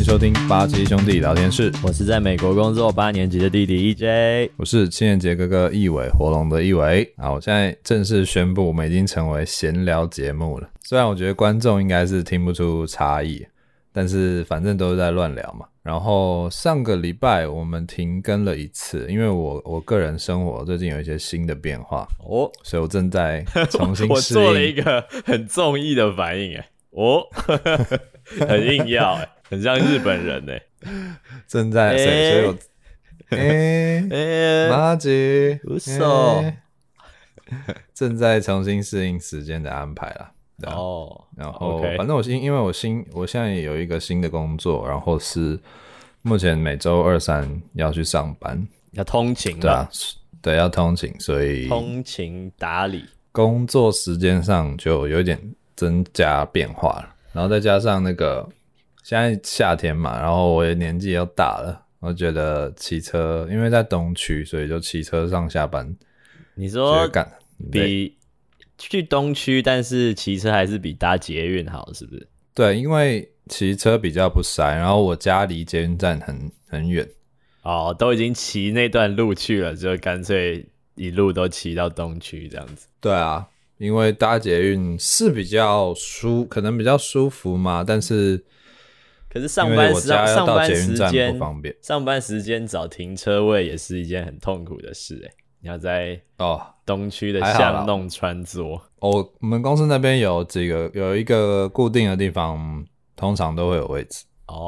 收听八七兄弟聊天室， 我是在美国工作8年级的弟弟 EJ， 我是7年级哥哥一伟，活龙的一伟。好，我现在正式宣布，我们已经成为闲聊节目了。虽然我觉得观众应该是听不出差异，但是反正都是在乱聊嘛。然后上个礼拜我们停更了一次，因为我个人生活最近有一些新的变化哦，所以我正在重新适应。 我做了一个很综艺的反应很硬要很像日本人正在所以我马吉正在重新适应时间的安排啦。哦，然后反正因为我现在也有一个新的工作，然后是目前每周2、3要去上班， 要通勤对啊，对，要通勤，所以通勤打理工作时间上就有一点增加变化了。然后再加上那个现在夏天嘛，然后我也年纪又大了，我觉得骑车，因为在东区，所以就骑车上下班。 你说比去东区，但是骑车还是比搭捷运好，是不是？ 对，因为骑车比较不塞，然后我家离捷运站很远。 哦，都已经骑那段路去了，就干脆一路都骑到东区这样子。 对啊，因为搭捷运是比较可能比较舒服嘛，但是可是上班时间找停车位也是一件很痛苦的事你要在东区的巷弄穿梭。 我们公司那边有一个固定的地方，通常都会有位置。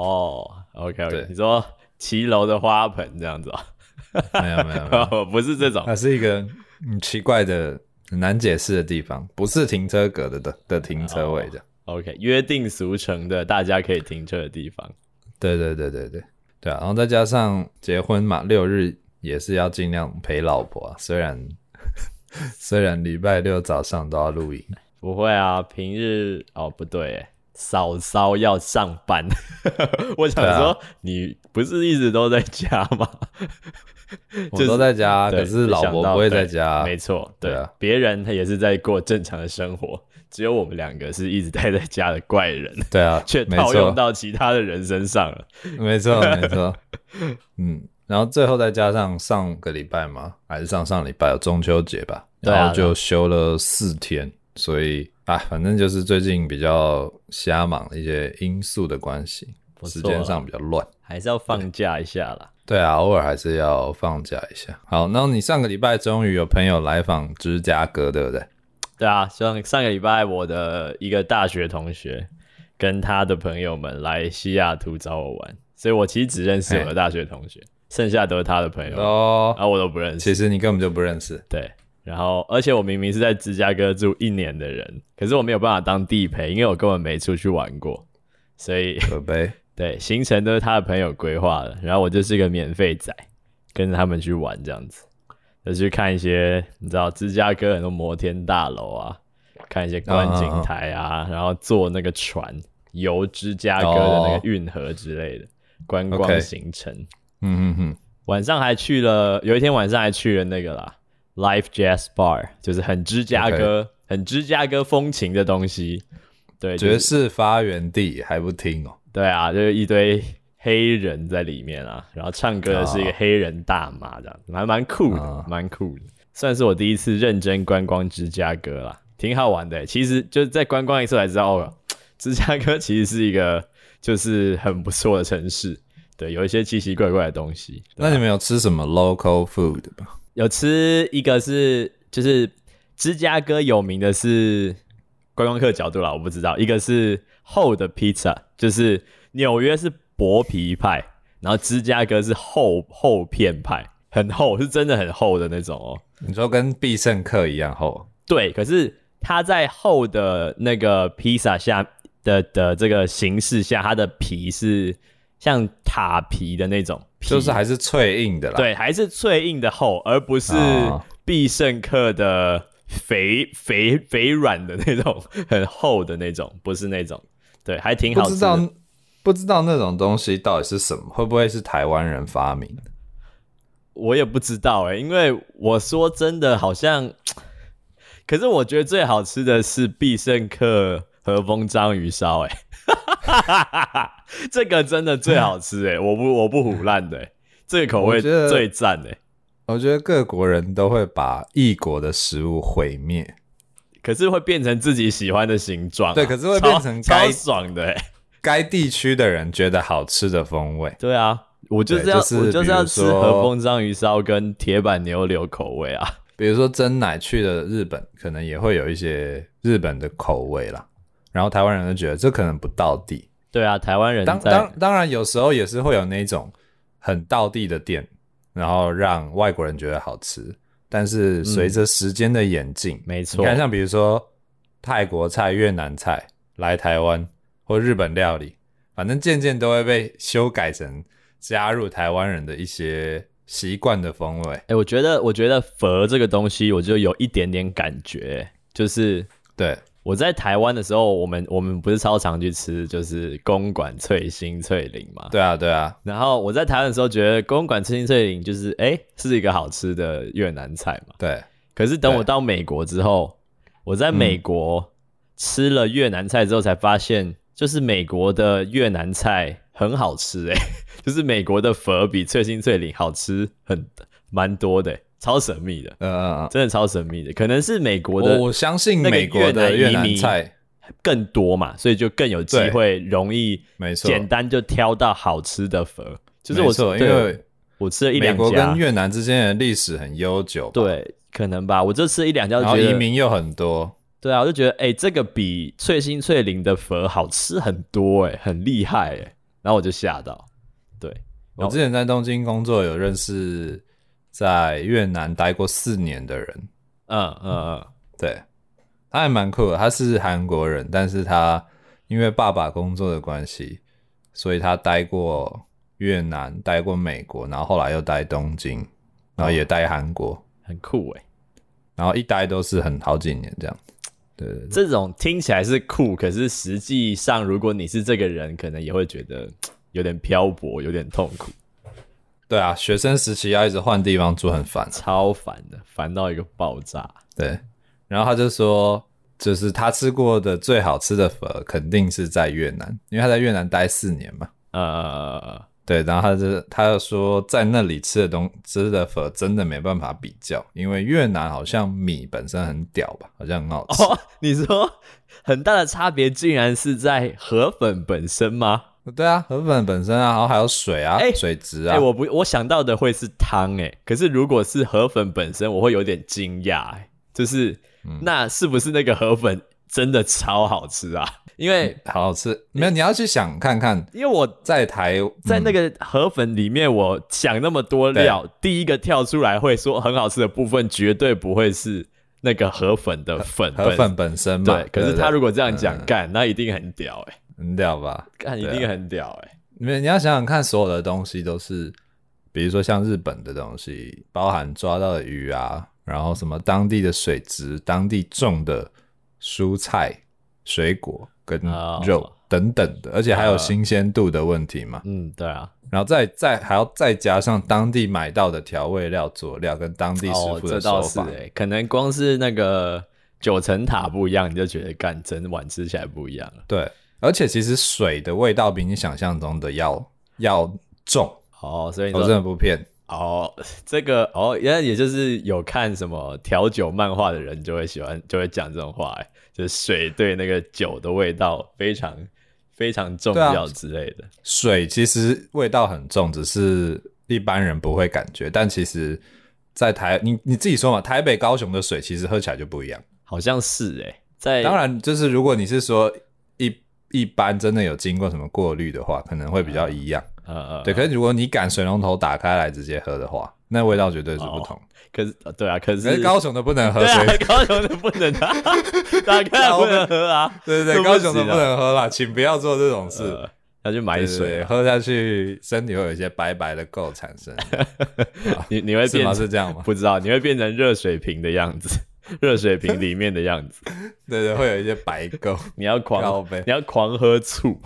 OK， 你说骑楼的花盆这样子没有不是这种， 它是一个奇怪的很难解释的地方，不是停车格的停车位这样。 OK， 约定俗成的大家可以停车的地方。 对啊，然后再加上结婚嘛，6日也是要尽量陪老婆啊，虽然礼拜6早上都要录音。 不会啊，平日不对嫂嫂要上班我想说你不是一直都在家吗我都在家，可是老婆不会在家。 没错，对啊，别人他也是在过正常的生活，只有我们两个是一直待在家的怪人。 对啊， 却套用到其他的人身上了。 没错然后最后再加上上个礼拜嘛，还是上礼拜有中秋节吧，然后就休了4天，所以反正就是最近比较瞎忙的一些因素的关系，时间上比较乱， 还是要放假一下啦。 对啊，偶尔还是要放假一下。好，然后你上个礼拜终于有朋友来访芝加哥，对不对？ 对啊，上个礼拜我的一个大学同学跟他的朋友们来西雅图找我玩，所以我其实只认识我的大学同学，剩下都是他的朋友然后我都不认识。 其实你根本就不认识。 对，然后而且我明明是在芝加哥住1年的人，可是我没有办法当地陪，因为我根本没出去玩过，所以可悲。 对，行程都是他的朋友规划的，然后我就是个免费仔，跟着他们去玩这样子，就去看一些你知道芝加哥很多摩天大楼啊，看一些观景台然后坐那个船游芝加哥的那个运河之类的观光行程。晚上还去了，有一天晚上还去了那个啦 Live Jazz Bar， 就是很芝加哥风情的东西。对， 爵士发源地还不听对啊，就是一堆黑人在里面然后唱歌的是一个黑人大妈，这样蛮酷的，蛮酷的。算是我第一次认真观光芝加哥啦，挺好玩的。其实就是在观光一次才知道芝加哥其实是一个就是很不错的城市，对，有一些奇奇怪怪的东西。 那你们有吃什么 local food 吗？ 有吃一个是就是芝加哥有名的是观光客角度啦，我不知道。一个是厚的 pizza， 就是纽约是薄皮派，然后芝加哥是厚片派，很厚，是真的很厚的那种你说跟必胜客一样厚？ 对，可是它在厚的那个披萨下的这个形式下，它的皮是像塔皮的那种皮， 就是还是脆硬的啦。 对，还是脆硬的厚，而不是必胜客的肥软的那种很厚的那种，不是那种。对，还挺好吃的。 不知道那种东西到底是什么，会不会是台湾人发明的？ 我也不知道因为我说真的好像，可是我觉得最好吃的是必胜客和风章鱼烧这个真的最好吃我不唬烂的这个口味最赞我觉得各国人都会把异国的食物毁灭， 可是会变成自己喜欢的形状对，可是会变成超爽的该地区的人觉得好吃的风味。 对啊，我就是要吃和风章鱼烧跟铁板牛柳口味啊。 比如说珍奶去了日本，可能也会有一些日本的口味啦，然后台湾人就觉得这可能不道地。 对啊，台湾人当然有时候也是会有那种很道地的店，然后让外国人觉得好吃，但是随着时间的演进， 没错， 你看像比如说泰国菜、越南菜来台湾，或日本料理，反正渐渐都会被修改成加入台湾人的一些习惯的风味。 我觉得佛这个东西我就有一点点感觉，就是对我在台湾的时候，我们不是超常去吃就是公馆脆心脆林嘛？ 对啊。 然后我在台湾的时候觉得公馆脆心脆林就是是一个好吃的越南菜嘛。 对。 可是等我到美国之后，我在美国吃了越南菜之后才发现，就是美国的越南菜很好吃就是美国的佛比脆心脆林好吃蛮多的超神秘的，真的超神秘的，可能是美国的， 我相信美国的越南菜更多嘛，所以就更有机会容易简单就挑到好吃的佛。就是因为我吃了一两家， 美国跟越南之间的历史很悠久吧， 对，可能吧。我就吃了一两家， 然后移民又很多， 对啊，我就觉得这个比脆心脆林的佛好吃很多很厉害然后我就吓到。对， 我之前在东京工作，有认识在越南待过4年的人，对，他还蛮酷的，他是韩国人，但是他因为爸爸工作的关系，所以他待过越南，待过美国，然后后来又待东京，然后也待韩国， 很酷然后一待都是好几年这样。对， 这种听起来是酷，可是实际上如果你是这个人，可能也会觉得有点漂泊，有点痛苦。 对啊，学生时期要一直换地方住很烦， 超烦的，烦到一个爆炸。 对，然后他就说，就是他吃过的最好吃的粉肯定是在越南，因为他在越南待4年嘛。对，然后他就说在那里吃的粉真的没办法比较，因为越南好像米本身很屌吧，好像很好吃。 你说很大的差别竟然是在河粉本身吗？ 对啊，河粉本身啊，然后还有水啊，水质啊。 我想到的会是汤可是如果是河粉本身，我会有点惊讶就是那是不是那个河粉真的超好吃啊？因为好吃，没有，你要去想看看， 因为我在那个河粉里面，我想那么多料，第一个跳出来会说很好吃的部分，绝对不会是那个河粉的粉本身嘛。 对，可是他如果这样讲，干，那一定很屌很屌吧？ 干，一定很屌你要想想看，所有的东西都是，比如说像日本的东西，包含抓到的鱼啊，然后什么当地的水质、当地种的蔬菜、水果跟肉等等的，而且还有新鲜度的问题嘛。 对啊。 然后还要再加上当地买到的调味料、佐料跟当地师傅的手法。 这倒是可能光是那个9层塔不一样，你就觉得干整碗吃起来不一样了。 对。而且其实水的味道比你想象中的要重所以你说真的不骗这个原来也就是有看什么调酒漫画的人就会讲这种话就是水对那个酒的味道非常非常重要之类的。 水其实味道很重，只是一般人不会感觉，但其实在你自己说嘛，台北高雄的水其实喝起来就不一样， 好像是当然就是如果你是说一般真的有经过什么过滤的话，可能会比较一样。对，可是如果你敢水龙头打开来直接喝的话，那味道绝对是不同。 可是对啊，可是高雄的不能喝水， 对啊，高雄的不能打开来不能喝啊。 对，高雄的不能喝啦，请不要做这种事。 要去买水， 喝下去身体会有一些白白的垢产生。 你会变成是这样吗？ 不知道，你会变成热水瓶的样子。热水瓶里面的样子， 对，会有一些白垢。 你要狂喝醋，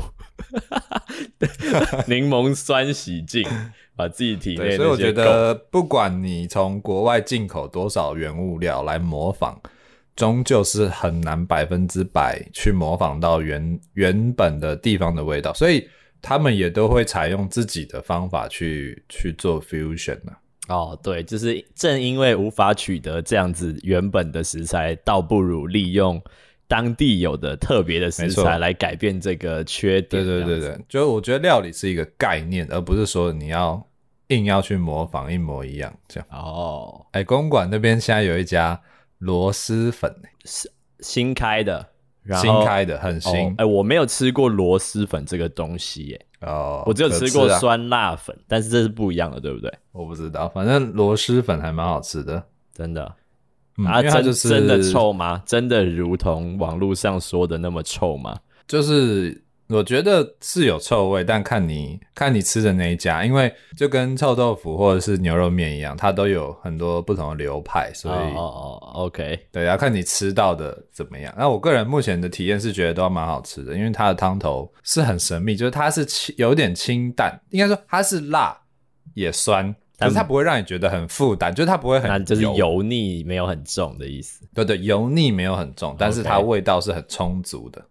柠檬酸洗净，把自己体内那些垢。 所以我觉得，不管你从国外进口多少原物料来模仿终究是很难100%去模仿到原本的地方的味道，所以他们也都会采用自己的方法去做 fusion 啊。 哦，对，就是正因为无法取得这样子原本的食材，倒不如利用当地有的特别的食材来改变这个缺点。 对对对对，就我觉得料理是一个概念，而不是说你要硬要去模仿一模一样这样。 哦， 公馆那边现在有一家螺蛳粉， 新开的，然后新开的很新。 我没有吃过螺蛳粉这个东西耶。我只有吃过酸辣粉，但是这是不一样的，对不对？ 我不知道，反正螺蛳粉还蛮好吃的， 真的。 因为它就是真的臭吗？真的如同网络上说的那么臭吗？ 就是我觉得是有臭味，但看你吃的那一家，因为就跟臭豆腐或者是牛肉面一样，它都有很多不同的流派，所以 OK， 对，要看你吃到的怎么样。那我个人目前的体验是觉得都蛮好吃的，因为它的汤头是很神秘，就是它是有点清淡，应该说它是辣也酸，可是它不会让你觉得很负担，就是它不会很油， 那就是油腻没有很重的意思。 对对，油腻没有很重，但是它味道是很充足的。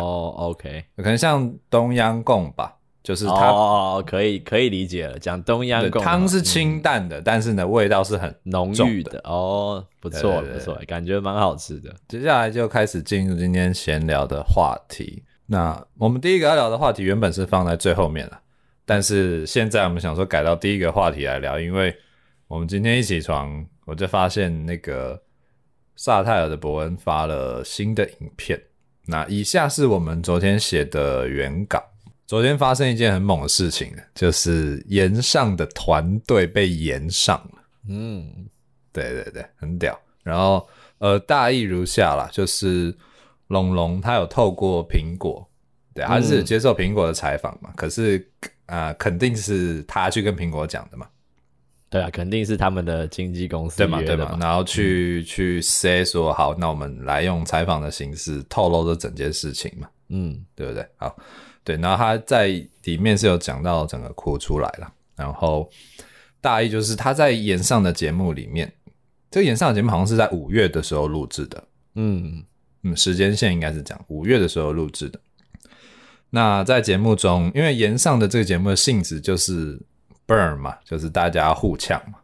OK， 可能像东阳贡吧，就是它可以理解了。讲东阳贡， 汤是清淡的，但是呢味道是很浓郁的。不错不错，感觉蛮好吃的。 接下来就开始进入今天闲聊的话题。那我们第一个要聊的话题原本是放在最后面了，但是现在我们想说改到第一个话题来聊，因为我们今天一起床我就发现那个萨泰尔的伯恩发了新的影片。那以下是我们昨天写的原稿。昨天发生一件很猛的事情，就是炎上的团队被炎上了。对对对，很屌。然后大意如下啦，就是龙龙他有透过苹果，对，他是接受苹果的采访嘛，可是肯定是他去跟苹果讲的嘛。 对啊，肯定是他们的经纪公司对嘛对嘛，然后去 say 说好，那我们来用采访的形式透露这整件事情嘛，对不对？好，对，然后他在里面是有讲到整个哭出来了，然后大意就是他在炎上的节目里面，这个炎上的节目好像是在5月的时候录制的，时间线应该是讲5月的时候录制的。那在节目中，因为炎上的这个节目的性质就是burn 嘛，就是大家互呛嘛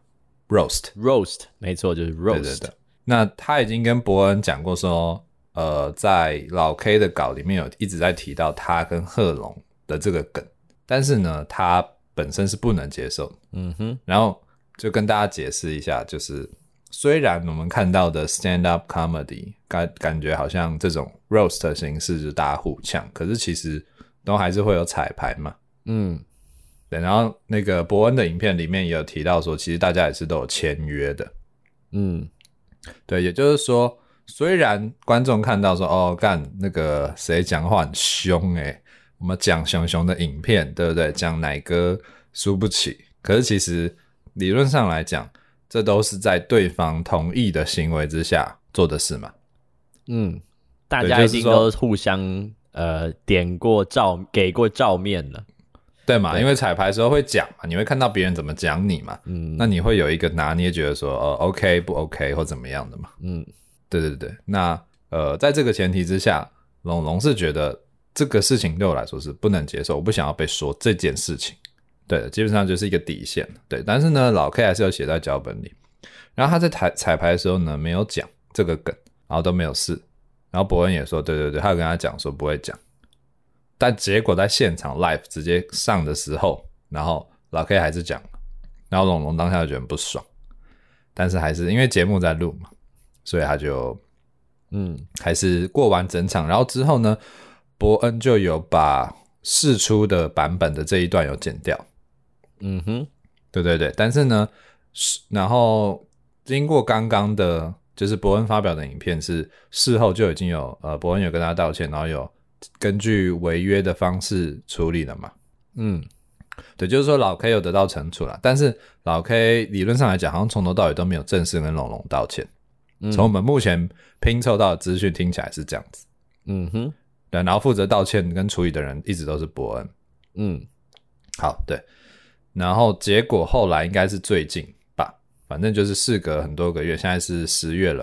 roast 没错，就是 roast。 对对对，那他已经跟伯恩讲过说在老 K 的稿里面有一直在提到他跟贺龙的这个梗，但是呢他本身是不能接受的。然后就跟大家解释一下，就是虽然我们看到的 stand up comedy 感觉好像这种 roast 的形式就是大家互呛，可是其实都还是会有彩排嘛。对，然后那个伯恩的影片里面也有提到说，其实大家也是都有签约的。对，也就是说，虽然观众看到说干那个谁讲话很凶我们讲熊熊的影片，对不对？讲奶哥输不起，可是其实理论上来讲，这都是在对方同意的行为之下做的事嘛。 大家一定都互相点过给过照面了。 对嘛，因为彩排的时候会讲嘛，你会看到别人怎么讲你嘛，那你会有一个拿捏，觉得说OK 不 OK 或怎么样的嘛。对对对，那在这个前提之下，龙龙是觉得这个事情对我来说是不能接受，我不想要被说这件事情。对，基本上就是一个底线。对，但是呢老 K 还是有写在脚本里，然后他在彩排的时候呢没有讲这个梗，然后都没有试，然后伯恩也说对对对，他有跟他讲说不会讲，但结果在现场 live 直接上的时候，然后老 K 还是讲，然后龙龙当下就觉得很不爽，但是还是因为节目在录嘛，所以他就还是过完整场。然后之后呢伯恩就有把释出的版本的这一段有剪掉。对对对，但是呢然后经过刚刚的就是伯恩发表的影片，是事后就已经有伯恩有跟他道歉，然后有根据违约的方式处理了嘛。对，就是说老 K 有得到惩处啦，但是老 K 理论上来讲好像从头到尾都没有正式跟龙龙道歉。从我们目前拼凑到的资讯听起来是这样子。对，然后负责道歉跟处理的人一直都是伯恩。好，对，然后结果后来应该是最近吧，反正就是事隔很多个月，现在是10月了嘛，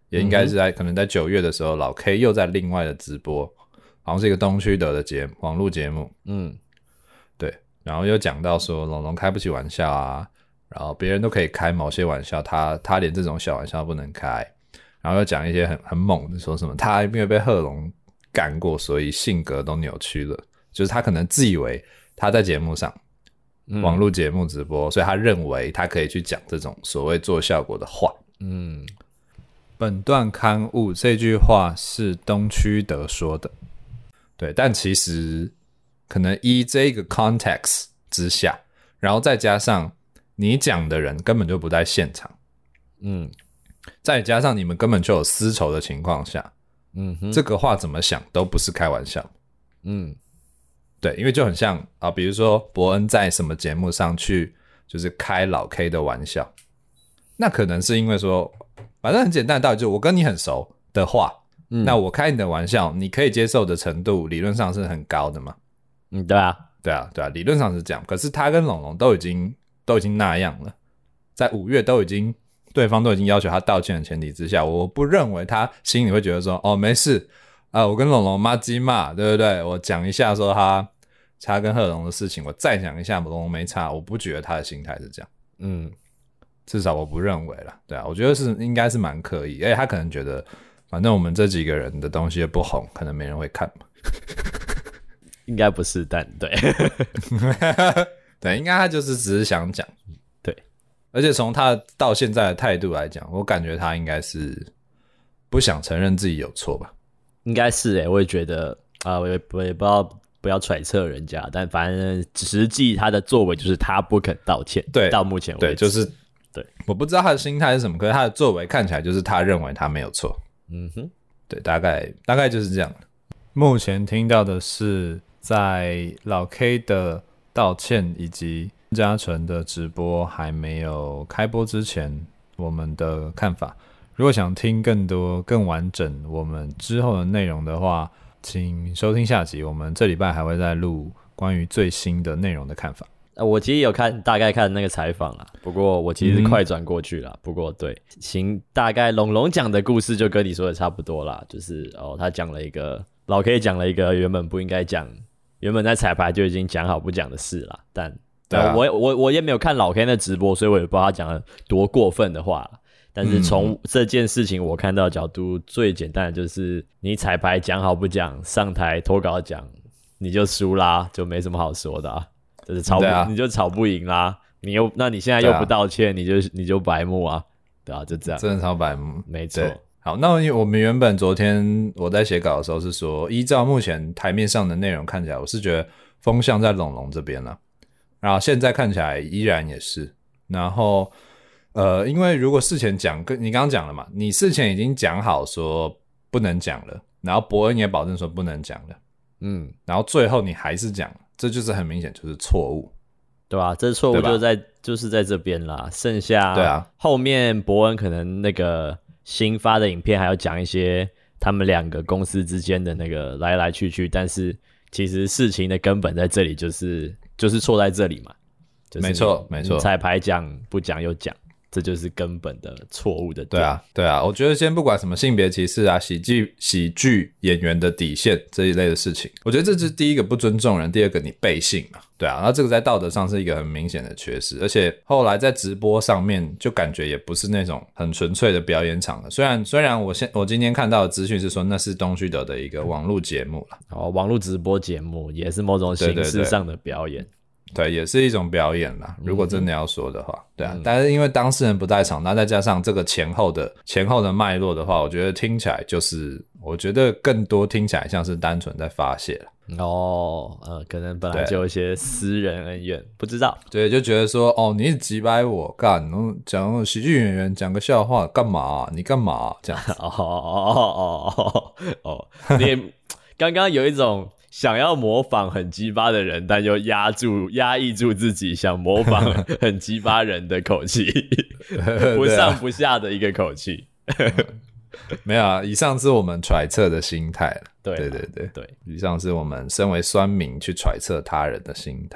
也应该是可能在9月的时候，老 K 又在另外的直播，好像是一个东区德的网络节目，对，然后又讲到说龙龙开不起玩笑啊，然后别人都可以开某些玩笑，他连这种小玩笑不能开，然后又讲一些很猛的，说什么他因为被贺龙干过，所以性格都扭曲了，就是他可能自以为他在节目上。网络节目直播，所以他认为他可以去讲这种所谓做效果的话。本段刊物这句话是东区德说的，对，但其实可能依这个 context 之下，然后再加上你讲的人根本就不在现场，再加上你们根本就有私仇的情况下，这个话怎么想都不是开玩笑。对，因为就很像啊，比如说伯恩在什么节目上去就是开老 K 的玩笑，那可能是因为说反正很简单的道理，就是我跟你很熟的话，那我开你的玩笑你可以接受的程度理论上是很高的嘛。 对啊， 理论上是这样，可是他跟龙龙都已经那样了，在5月对方都已经要求他道歉的前提之下，我不认为他心里会觉得说哦没事我跟龙龙妈鸡嘛，对不对？我讲一下说他跟贺龙的事情，我再讲一下龙龙没差，我不觉得他的心态是这样。至少我不认为啦，对啊，我觉得应该是蛮刻意，而且他可能觉得反正我们这几个人的东西不红，可能没人会看嘛。 应该不是，但对对，应该他就是只是想讲， 对， 而且从他到现在的态度来讲，我感觉他应该是不想承认自己有错吧。 应该是我也觉得我也不知道，不要揣测人家，但反正实际他的作为就是他不肯道歉。对，到目前为止， 对，就是对，我不知道他的心态是什么，可是他的作为看起来就是他认为他没有错。对，大概就是这样。目前听到的是在老 K 的道歉以及嘉纯的直播还没有开播之前，我们的看法。如果想听更多更完整我们之后的内容的话，请收听下集，我们这礼拜还会再录关于最新的内容的看法。 我其实有大概看那个采访啦，不过我其实快转过去啦。不过对，大概龙龙讲的故事就跟你说的差不多啦，就是他讲了一个老 K 讲了一个原本不应该讲，原本在彩排就已经讲好不讲的事啦，但我也没有看老 K 的直播，所以我也不知道他讲了多过分的话啦。但是从这件事情我看到的角度，最简单的就是你彩排讲好不讲，上台脱稿讲你就输啦，就没什么好说的就是你就吵不赢啦，那你现在又不道歉，你就白目啊，对啊，就这样， 真的超白目， 没错。 好，那我们原本昨天我在写稿的时候是说，依照目前台面上的内容看起来，我是觉得风向在龙龙这边啦，然后现在看起来依然也是，然后因为如果事前讲，你刚刚讲了嘛，你事前已经讲好说不能讲了，然后伯恩也保证说不能讲了，然后最后你还是讲，这就是很明显就是错误， 对吧？这错误就是在这边啦，剩下对啊， 后面伯恩可能那个新发的影片还要讲一些他们两个公司之间的那个来来去去，但是其实事情的根本在这里，就是错在这里嘛，就是没错，彩排讲不讲又讲。这就是根本的错误的点。对啊，我觉得先不管什么性别歧视啊，喜剧演员的底线这一类的事情，我觉得这是第一个不尊重人，第二个你背信嘛，对啊，那这个在道德上是一个很明显的缺失，而且后来在直播上面就感觉也不是那种很纯粹的表演场了。虽然我今天看到的资讯是说那是东区德的一个网络节目啦， 网络直播节目也是某种形式上的表演。 对，也是一种表演啦，如果真的要说的话，对啊，但是因为当事人不在场，那再加上这个前后的脉络的话，我觉得听起来我觉得更多听起来像是单纯在发泄了。 可能本来就有一些私人恩怨，不知道。 对，就觉得说，你一直击败我干，讲喜剧演员讲个笑话干嘛你干嘛这样子。 你刚刚有一种想要模仿很鸡巴的人，但又压抑住自己想模仿很鸡巴人的口气，不上不下的一个口气。 没有啊，以上是我们揣测的心态。 对， 以上是我们身为酸民去揣测他人的心态。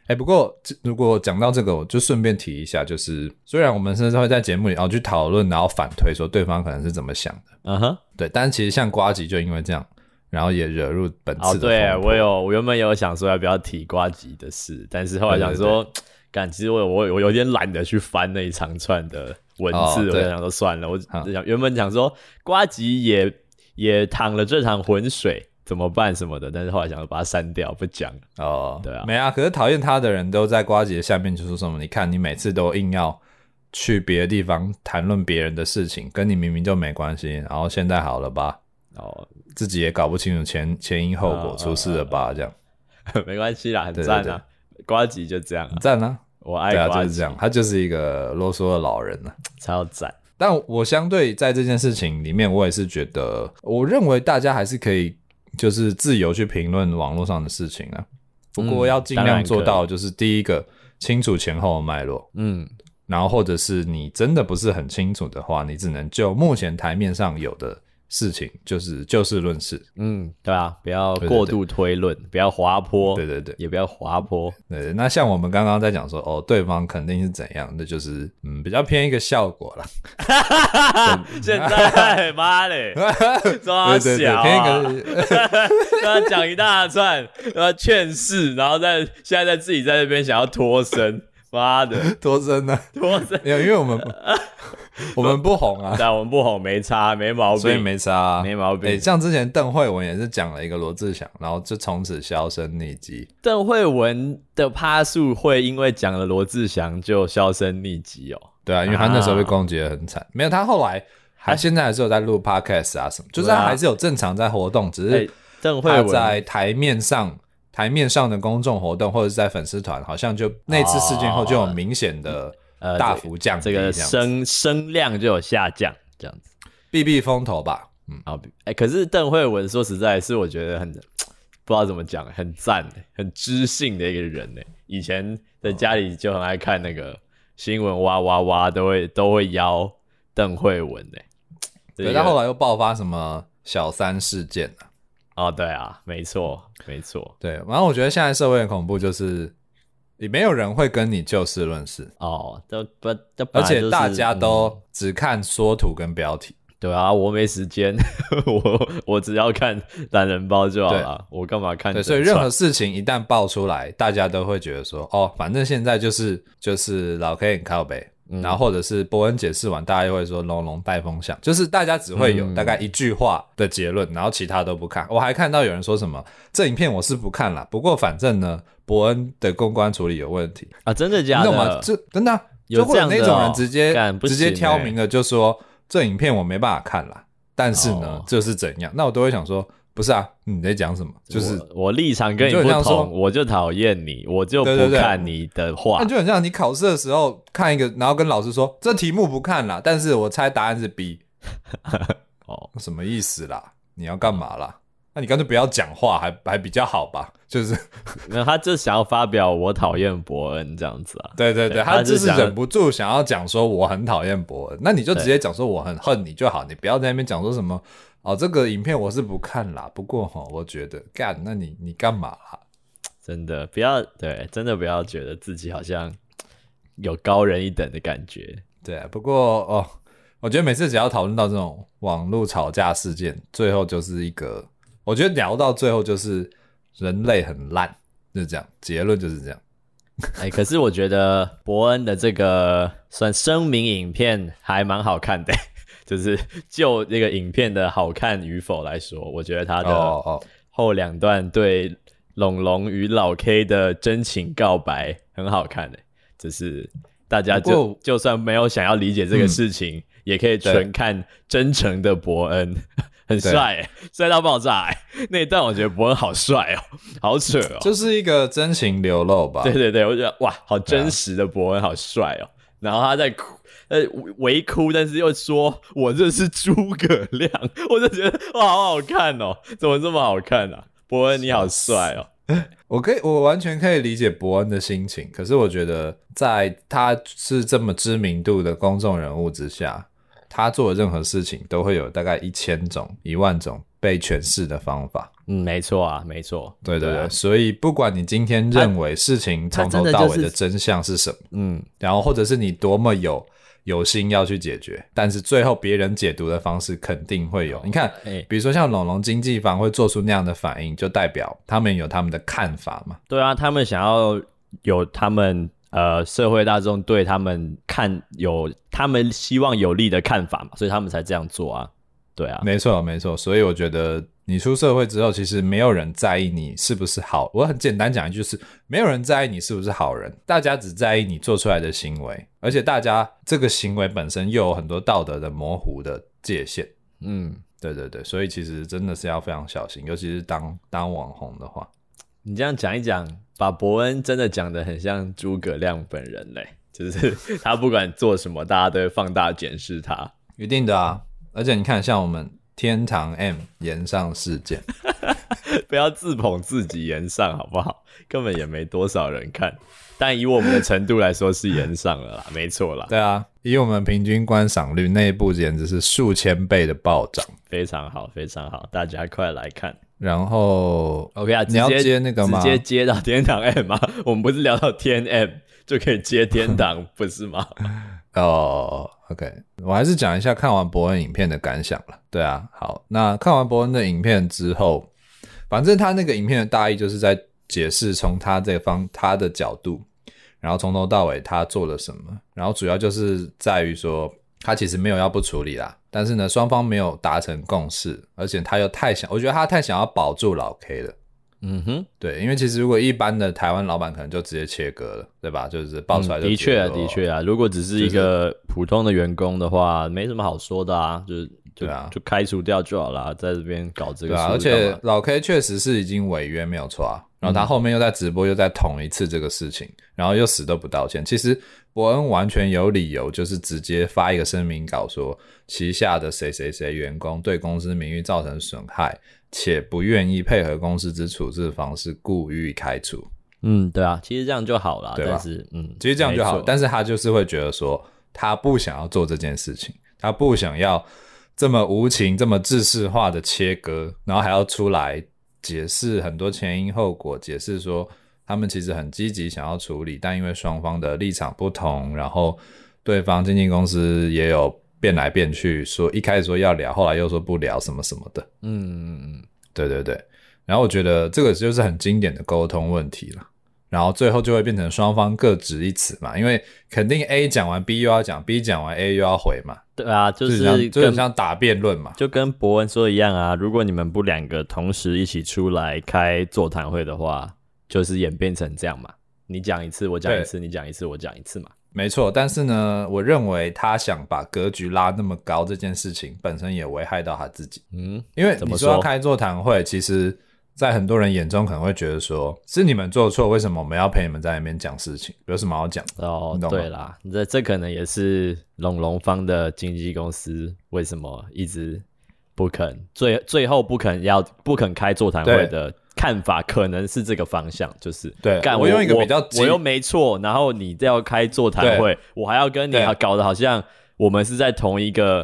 不过如果讲到这个，我就顺便提一下，就是虽然我们甚至会在节目里去讨论，然后反推说对方可能是怎么想的，对，但是其实像呱吉就因为这样，然后也惹入本次的风波。 对，我原本有想说要不要提呱吉的事，但是后来想说，其实我有点懒得去翻那一长串的文字，我就想说算了，我原本想说呱吉也淌了这场浑水。怎么办什么的，但是后来想要把它删掉，不讲了。对啊， 没啊。可是讨厌他的人都在呱吉的下面就说什么？你看你每次都硬要去别的地方谈论别人的事情，跟你明明就没关系，然后现在好了吧？自己也搞不清楚前因后果，出事了吧？这样没关系啦，很赞啊。呱吉就这样， 很赞啊， 我爱呱吉， 就是这样，他就是一个啰嗦的老人啊， 超赞。 但我相对在这件事情里面，我也是觉得，我认为大家还是可以。就是自由去评论网络上的事情啊，不过要尽量做到就是第一个清楚前后的脉络，然后或者是你真的不是很清楚的话，你只能就目前台面上有的事情就是就事论事， 对啊，不要过度推论，不要滑坡， 对， 也不要滑坡。 对，那像我们刚刚在讲说，对方肯定是怎样，那就是比较偏一个效果啦。 现在妈嘞，抓小啊，跟他讲一大串，劝世，然后现在自己在那边想要脱身，妈的， 脱身呢？ 脱身， 因为我们不红啊， 对，我们不红，没差，没毛病， 所以没差啊， 没毛病。 像之前邓慧文也是讲了一个罗志祥，然后就从此销声匿迹。 邓慧文的趴数会因为讲了罗志祥就销声匿迹哦？ 对啊，因为他那时候被攻击得很惨。没有，他后来现在还是有在录 podcast 啊什么，就是他还是有正常在活动，只是他在台面上的公众活动或者是在粉丝团，好像就那次事件后就有明显的大幅降低， 这个声量就有下降，这样子避避风头吧。 可是邓慧文说实在是我觉得很不知道怎么讲，很赞，很知性的一个人呢。以前在家里就很爱看那个新闻，哇哇哇都会邀邓慧文呢。 对，他后来又爆发什么小三事件啊？ 对啊，没错。 对，然后我觉得现在社会的恐怖就是也没有人会跟你就事论事而且大家都只看缩图跟标题。 对啊，我没时间，我只要看懒人包就好了，我干嘛看？ 对，所以任何事情一旦爆出来，大家都会觉得说，反正现在就是老 K 很靠北，然后或者是伯恩解释完，大家又会说龙龙带风向，就是大家只会有大概一句话的结论，然后其他都不看。我还看到有人说什么，这影片我是不看啦，不过反正呢，伯恩的公关处理有问题啊，真的假的？ 你懂吗？这真的就会有那种人直接挑明了就说。这影片我没办法看啦，但是呢，就是怎样？那我都会想说，不是啊，你在讲什么？就是我立场跟你不同，我就讨厌你，我就不看你的话。 那就很像你考试的时候看一个，然后跟老师说这题目不看啦，但是我猜答案是 B。什么意思啦？你要干嘛啦？那你干脆不要讲话，还比较好吧？就是他就想要发表我讨厌伯恩这样子啊。 对，他就是忍不住想要讲说我很讨厌伯恩，那你就直接讲说我很恨你就好，你不要在那边讲说什么这个影片我是不看啦，不过我觉得干，那你干嘛啦？ 真的不要觉得自己好像有高人一等的感觉。 对啊，不过我觉得每次只要讨论到这种网络吵架事件，最后就是一个，我觉得聊到最后就是人类很烂，就是这样，结论就是这样。 可是我觉得伯恩的这个算声明影片还蛮好看的，就是就这个影片的好看与否来说，我觉得他的后两段对龙龙与老 K 的真情告白很好看的，就是大家就算没有想要理解这个事情，也可以纯看真诚的伯恩。很帅帅到爆炸那一段我觉得伯恩好帅好扯就是一个真情流露吧。 对，我觉得哇，好真实的伯恩，好帅然后他在哭，微哭，但是又说我这是诸葛亮，我就觉得哇，好好看怎么这么好看啊？伯恩你好帅我完全可以理解伯恩的心情，可是我觉得在他是这么知名度的公众人物之下，他做的任何事情都会有大概1000种、10000种被诠释的方法。 没错啊，没错， 对对对，所以不管你今天认为事情从头到尾的真相是什么，然后或者是你多么有心要去解决，但是最后别人解读的方式肯定会有。你看，比如说像龙龙经纪方会做出那样的反应，就代表他们有他们的看法嘛。 对啊，他们想要有他们社会大众对他们有他们希望有利的看法嘛，所以他们才这样做啊。对啊， 没错没错，所以我觉得你出社会之后，其实没有人在意你是不是好，我很简单讲一句，就是没有人在意你是不是好人，大家只在意你做出来的行为，而且大家这个行为本身又有很多道德的模糊的界限。对对对，所以其实真的是要非常小心，尤其是当网红的话。 你这样讲一讲，把伯恩真的讲得很像诸葛亮本人嘞，就是他不管做什么，大家都会放大检视他。 一定的啊，而且你看，像我们天堂 M 炎上事件， 不要自捧自己炎上好不好？根本也没多少人看，但以我们的程度来说是炎上了啦，没错啦。 对啊，以我们平均观赏率，那一部简直是数千倍的暴涨， 非常好，非常好，大家快来看。 然后 OK 啊， 你要接那个吗？ 直接接到天堂 M 吗？我们不是聊到天 M 就可以接天堂不是吗？ OK， 我还是讲一下看完伯恩影片的感想了。对啊，好，那看完伯恩的影片之后，反正他那个影片的大意就是在解释从他的角度，然后从头到尾他做了什么，然后主要就是在于说他其实没有要不处理啦，但是呢双方没有达成共识，而且他又我觉得他太想要保住老 K 了。对，因为其实如果一般的台湾老板可能就直接切割了，对吧？就是爆出来就的确啊，的确啊，如果只是一个普通的员工的话，没什么好说的啊，就开除掉就好啦，在这边搞这个事。对啊， 而且老 K 确实是已经违约没有错啊，然后他后面又在直播又在捅一次这个事情，然后又死都不道歉。其实伯恩完全有理由，就是直接发一个声明稿说旗下的谁谁谁员工对公司名誉造成损害，且不愿意配合公司之处置方式，故予以开除。 对啊，其实这样就好啦，但是其实这样就好，但是他就是会觉得说他不想要做这件事情，他不想要这么无情这么制式化的切割，然后还要出来解释很多前因后果，解释说他们其实很积极想要处理，但因为双方的立场不同，然后对方经纪公司也有变来变去，说一开始说要聊，后来又说不聊什么什么的。对对对，然后我觉得这个就是很经典的沟通问题了，然后最后就会变成双方各执一词嘛，因为肯定 A 讲完 B 又要讲， B 讲完 A 又要回嘛。 对啊，就很像打辩论嘛， 就跟伯恩说一样啊，如果你们不两个同时一起出来开座谈会的话，就是演变成这样嘛，你讲一次我讲一次，你讲一次我讲一次嘛。 没错，但是呢我认为他想把格局拉那么高这件事情本身也危害到他自己。因为你说要开座谈会，其实在很多人眼中可能会觉得说是你们做错，为什么我们要陪你们在那边讲事情，有什么好讲的？ 对啦，这可能也是龙方的经纪公司为什么一直不肯最后不肯开座谈会的看法，可能是这个方向，就是对，我用一个比较我又没错，然后你要开座谈会，我还要跟你搞得好像我们是在同一个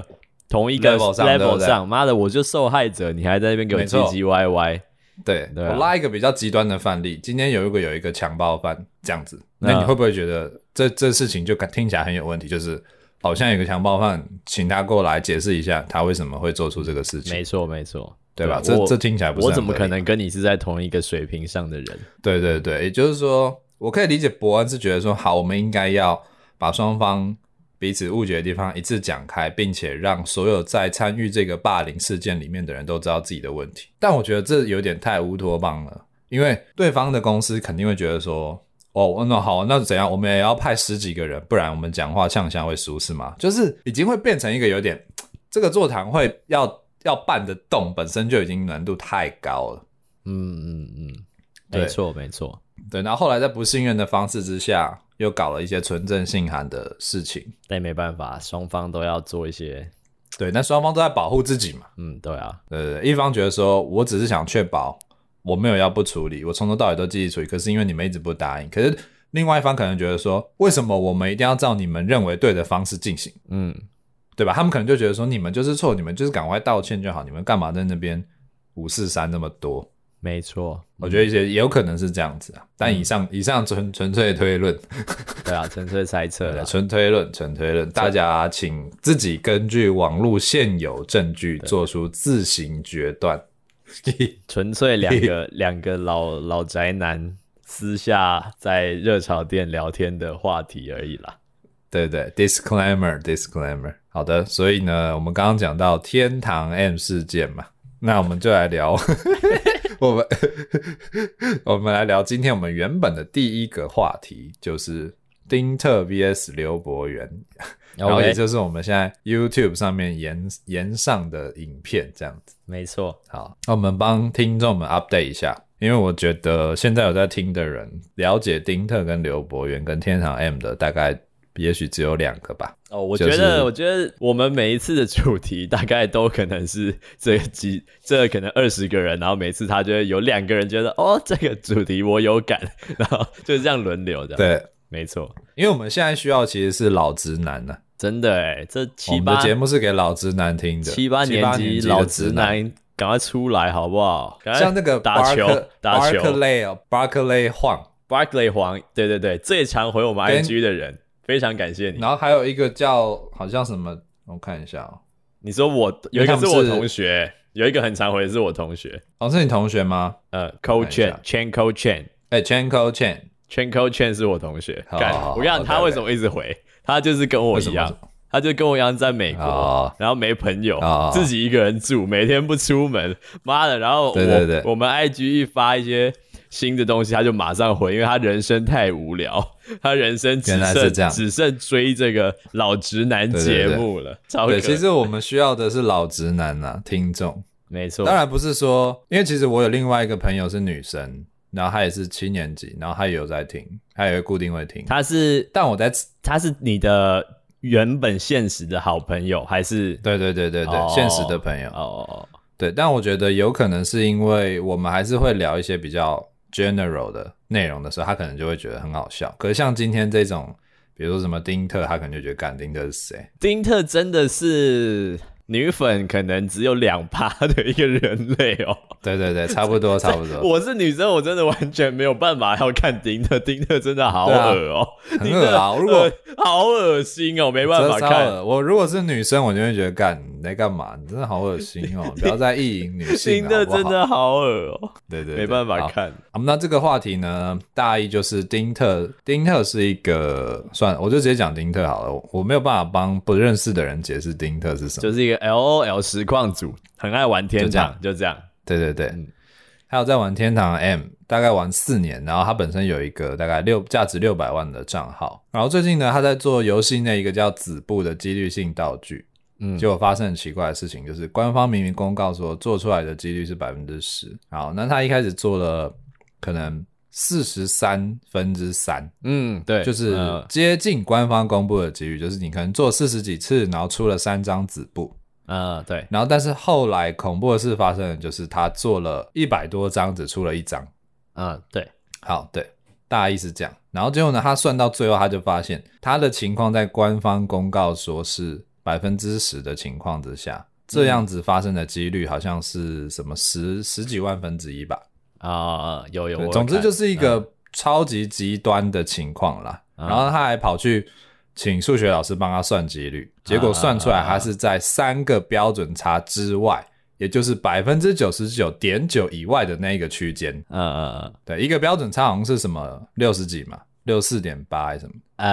level 上，妈的，我就受害者，你还在那边给我唧唧歪歪。 对，我拉一个比较极端的范例，今天有一个强暴犯这样子，那你会不会觉得这事情就听起来很有问题？就是好像有个强暴犯，请他过来解释一下他为什么会做出这个事情。 没错没错， 对吧？这听起来不是很合理。 我怎么可能跟你是在同一个水平上的人？ 对对对，也就是说我可以理解伯恩是觉得说好，我们应该要把双方彼此误解的地方一次讲开，并且让所有在参与这个霸凌事件里面的人都知道自己的问题。但我觉得这有点太乌托邦了，因为对方的公司肯定会觉得说那好，那怎样，我们也要派10几个人，不然我们讲话呛会输是吗？就是已经会变成一个有点这个座谈会要办得动本身就已经难度太高了。 没错没错。 对，然后后来在不信任的方式之下又搞了一些存证信函的事情， 但没办法，双方都要做一些， 对，那双方都在保护自己嘛。 对啊， 一方觉得说我只是想确保我没有要不处理，我从头到尾都积极处理，可是因为你们一直不答应，可是另外一方可能觉得说为什么我们一定要照你们认为对的方式进行，对吧？他们可能就觉得说你们就是错，你们就是赶快道歉就好，你们干嘛在那边543那么多， 没错， 我觉得也有可能是这样子啊，但以上纯粹推论， 对啊，纯粹猜测啦， 纯推论，大家请自己根据网络现有证据做出自行决断。 纯粹两个老宅男私下在热炒店聊天的话题而已啦。 对对 ，disclaimer。好的，所以呢，我们刚刚讲到天堂 M 事件嘛，那我们就来聊我们来聊今天我们原本的第一个话题，就是丁特 vs 刘伯元，然后也就是我们现在 YouTube 上面延上的影片这样子。 没错。 好，那我们帮听众们 update 一下，因为我觉得现在有在听的人了解丁特跟刘伯元跟天堂 M 的大概也许只有2个吧。 我觉得我们每一次的主题大概都可能是这可能20个人，然后每次他就会有2个人觉得这个主题我有感，然后就这样轮流的。 对， 没错， 因为我们现在需要其实是老直男啊， 真的耶，这我们的节目是给老直男听的 ，7、8年级老直男赶快出来好不好？ 像那个打球 Barclay 黄，对，最常回我们 IG 的人，非常感谢你。 然后还有一个叫好像什么，我看一下哦。 你说有一个是我同学，有一个很常回的是我同学。 是你同学吗 ？Ko Chen，Chen Ko Chen 是我同学。我跟你讲，他为什么一直回？他就是跟我一样。他就跟我一样在美国，然后没朋友，自己一个人住，每天不出门，妈的！然后我们 IG 一发一些新的东西，他就马上回，因为他人生太无聊，他人生只剩追这个老直男节目了。 对，其实我们需要的是老直男啊，听众。 没错， 当然不是说，因为其实我有另外一个朋友是女生，然后她也是7年级，然后她也有在听，她也会固定会听。 她是你的原本现实的好朋友还是？ 对，现实的朋友。对，但我觉得有可能是因为我们还是会聊一些比较 general 的内容的时候，他可能就会觉得很好笑。可是像今天这种，比如说什么丁特，他可能就觉得干丁特是谁？ 丁特真的是女粉可能只有2%的一个人类哦。 对，差不多。 我是女生，我真的完全没有办法要看丁特真的好恶哦， 很恶啊！如果好恶心哦，没办法看。 我如果是女生，我就会觉得干你在干嘛？你真的好恶心哦！不要再意淫女性了， 丁特真的好恶哦。 对， 没办法看。 那这个话题呢，大意就是丁特是一个，算了，我就直接讲丁特好了。我没有办法帮不认识的人解释丁特是什么， 就是一个 LOL 实况组，很爱玩天堂，就这样。 对，还有在玩天堂 M， 大概玩4年，然后他本身有一个大概价值600万的账号，然后最近呢，他在做游戏内一个叫子布的几率性道具，结果发生很奇怪的事情，就是官方明明公告说做出来的几率是 10%， 好，那他一开始做了可能43%， 对， 就是接近官方公布的几率，就是你可能做40几次，然后出了3张子布。 对， 然后但是后来恐怖的事发生的就是他做了100多张只出了1张。 对， 好，对，大意是这样。然后最后呢，他算到最后他就发现他的情况在官方公告说是 10% 的情况之下，这样子发生的几率好像是什么十几万分之一吧。 有， 总之就是一个超级极端的情况啦。然后他还跑去请数学老师帮他算几率，结果算出来他是在3个标准差之外，也就是 99.9% 以外的那一个区间。对，一个标准差好像是什么60几嘛，64.8还是什么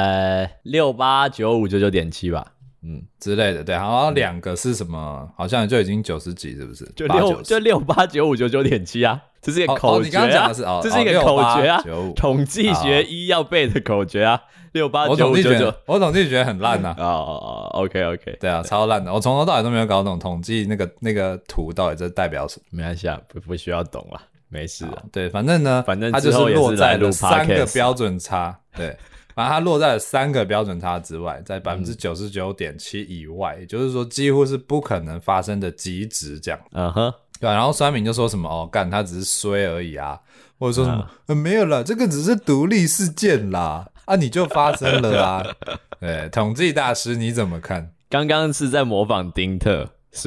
689599.7吧， 之类的。对，然后2个是什么，好像就已经90几，是不是？ 就689599.7啊，这是一个口诀啊。 你刚刚讲的是这是一个口诀啊，统计學1要背的口诀啊。689599， 我统计学很烂啊。 OK， 对啊，超烂的。我从头到尾都没有搞懂统计那个图到底这代表什么。 没关系啊，不需要懂啦，没事啊。 对，反正它就是落在了3个标准差。对，反正它落在了3个标准差之外，在 99.7% 以外，也就是说几乎是不可能发生的极值这样。对啊，然后酸民就说什么干他只是衰而已啊，或者说什么没有啦，这个只是独立事件啦。你就发生了啊。对，统计大师你怎么看？ 刚刚是在模仿丁特，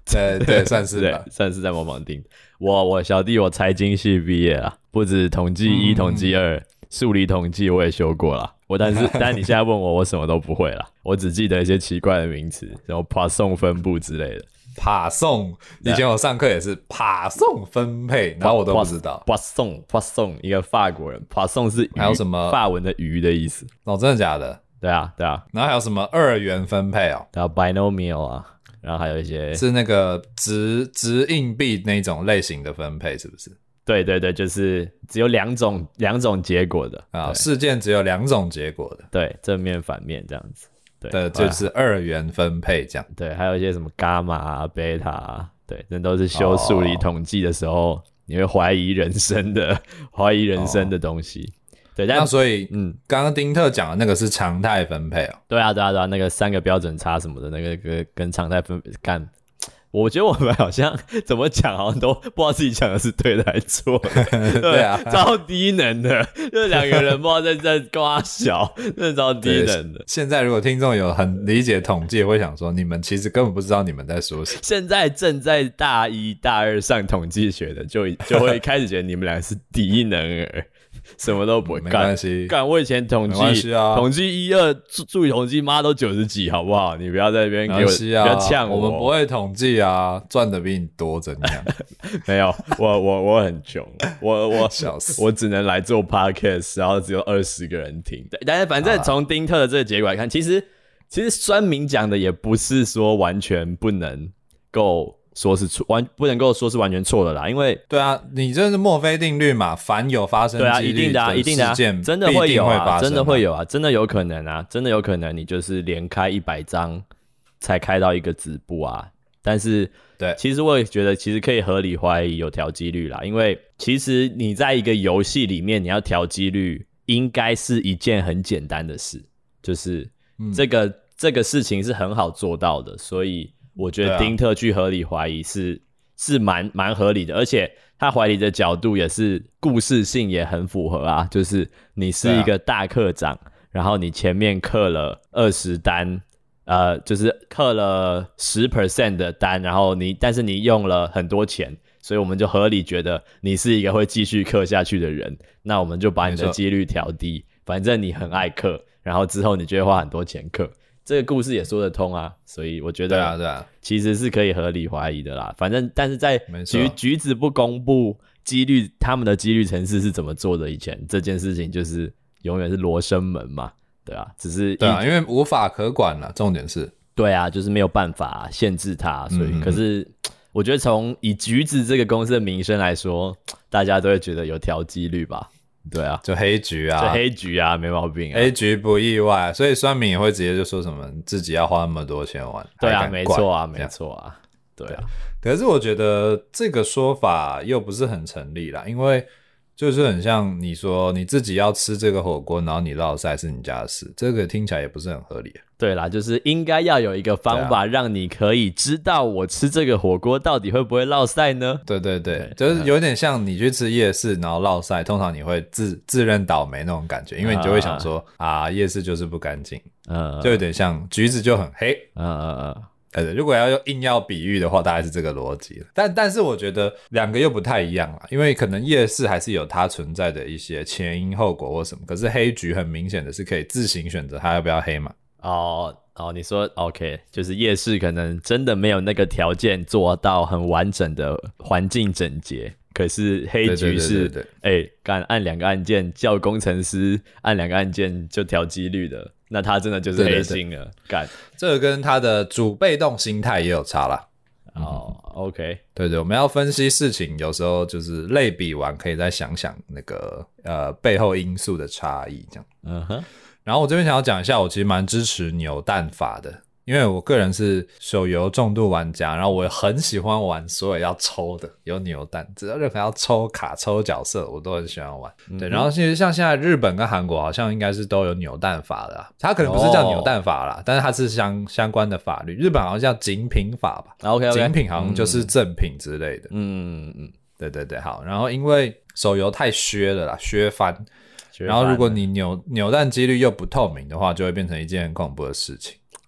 对，算是吧， 对，算是在模仿丁。我小弟我财经系毕业啦，不止统计一、统计二，数理统计我也修过啦。但你现在问我什么都不会啦，我只记得一些奇怪的名词，然后帕送分布之类的。 帕送，以前我上课也是帕送分配，然后我都不知道。 帕送，一个法国人，帕送是还有什么法文的鱼的意思？ 哦，真的假的？ 对啊。 然后还有什么2元分配哦？ 还有 binomial 啊，然后还有一些是那个直硬币那种类型的分配，是不是？ 对，就是只有两种结果的啊，事件只有2种结果的， 对，正面反面这样子。 对，就是2元分配这样。 对，还有一些什么伽马啊、贝塔啊，对，那都是修数理统计的时候，你会怀疑人生的东西。对， 那所以刚刚丁特讲的那个是常态分配哦。 对啊，那个3个标准差什么的，那个跟常态分配干。我觉得我们好像怎么讲，好像都不知道自己讲的是对的还是错的。 对啊， 超低能的，这2个人不知道在瓜小，真的超低能的。 现在如果听众有很理解统计，会想说你们其实根本不知道你们在说什么。 现在正在大1、大2上统计学的，就会开始觉得你们俩是低能儿。什么都不会干， 没关系。 干我以前统计，统计1、2助理统计妈都90几，好不好？你不要在那边给我不要呛我们不会统计啊，赚的比你多怎样？ 没有，我很穷，我只能来做 podcast， 然后只有20个人听。对，但是反正从丁特的这个结果来看，其实酸民讲的也不是说完全不能够。不能够说是完全错的啦，因为对啊，你这是墨菲定律嘛，凡有发生几率的事件， 真的会有啊，真的会有啊，真的有可能啊，真的有可能你就是连开100张才开到一个子部啊。但是对， 其实我也觉得其实可以合理怀疑有调几率啦，因为其实你在一个游戏里面你要调几率应该是一件很简单的事，就是这个事情是很好做到的，所以我觉得丁特去合理怀疑是蛮合理的，而且他怀疑的角度也是故事性也很符合啊，就是你是一个大课长，然后你前面刻了20单，就是刻了 10% 的单，然后但是你用了很多钱，所以我们就合理觉得你是一个会继续刻下去的人，那我们就把你的几率调低，反正你很爱刻，然后之后你就会花很多钱刻。这个故事也说得通啊，所以我觉得对啊， 其实是可以合理怀疑的啦。反正但是在橘子不公布几率，他们的几率程式是怎么做的以前，这件事情就是永远是罗生门嘛，对啊，只是对啊，因为无法可管啦，重点是对啊，就是没有办法限制它，所以可是我觉得以橘子这个公司的名声来说，大家都会觉得有调几率吧。对啊， 就黑橘啊， 没毛病啊， 黑橘不意外，所以酸民也会直接就说什么自己要花那么多钱玩， 对啊，没错啊，对啊。 可是我觉得这个说法又不是很成立啦，因为就是很像你说你自己要吃这个火锅，然后你落赛是你家的事，这个听起来也不是很合理。 对啦，就是应该要有一个方法让你可以知道我吃这个火锅到底会不会落赛呢？ 对，就是有点像你去吃夜市然后落赛，通常你会自认倒霉那种感觉，因为你就会想说夜市就是不干净，就有点像橘子就很黑，如果硬要比喻的话，大概是这个逻辑。但是我觉得两个又不太一样啦，因为可能夜市还是有它存在的一些前因后果或什么，可是黑橘很明显的是可以自行选择它要不要黑嘛。 你说 OK， 就是夜市可能真的没有那个条件做到很完整的环境整洁，可是黑橘是按2个按键叫工程师按2个按键就调几率的，那他真的就是黑心了。干， 这个跟他的主被动心态也有差啦。 OK， 对，我们要分析事情，有时候就是类比完可以再想想那个背后因素的差异这样。然后我这边想要讲一下，我其实蛮支持扭蛋法的，因为我个人是手游重度玩家，然后我很喜欢玩所有要抽的，有扭蛋，只要任何要抽卡抽角色我都很喜欢玩。对，然后其实像现在日本跟韩国好像应该是都有扭蛋法的啦，它可能不是叫扭蛋法啦，但是它是相关的法律，日本好像叫景品法吧。 OK， 景品好像就是赠品之类的。对，好，然后因为手游太削了啦，削翻，然后如果你扭蛋几率又不透明的话，就会变成一件很恐怖的事情。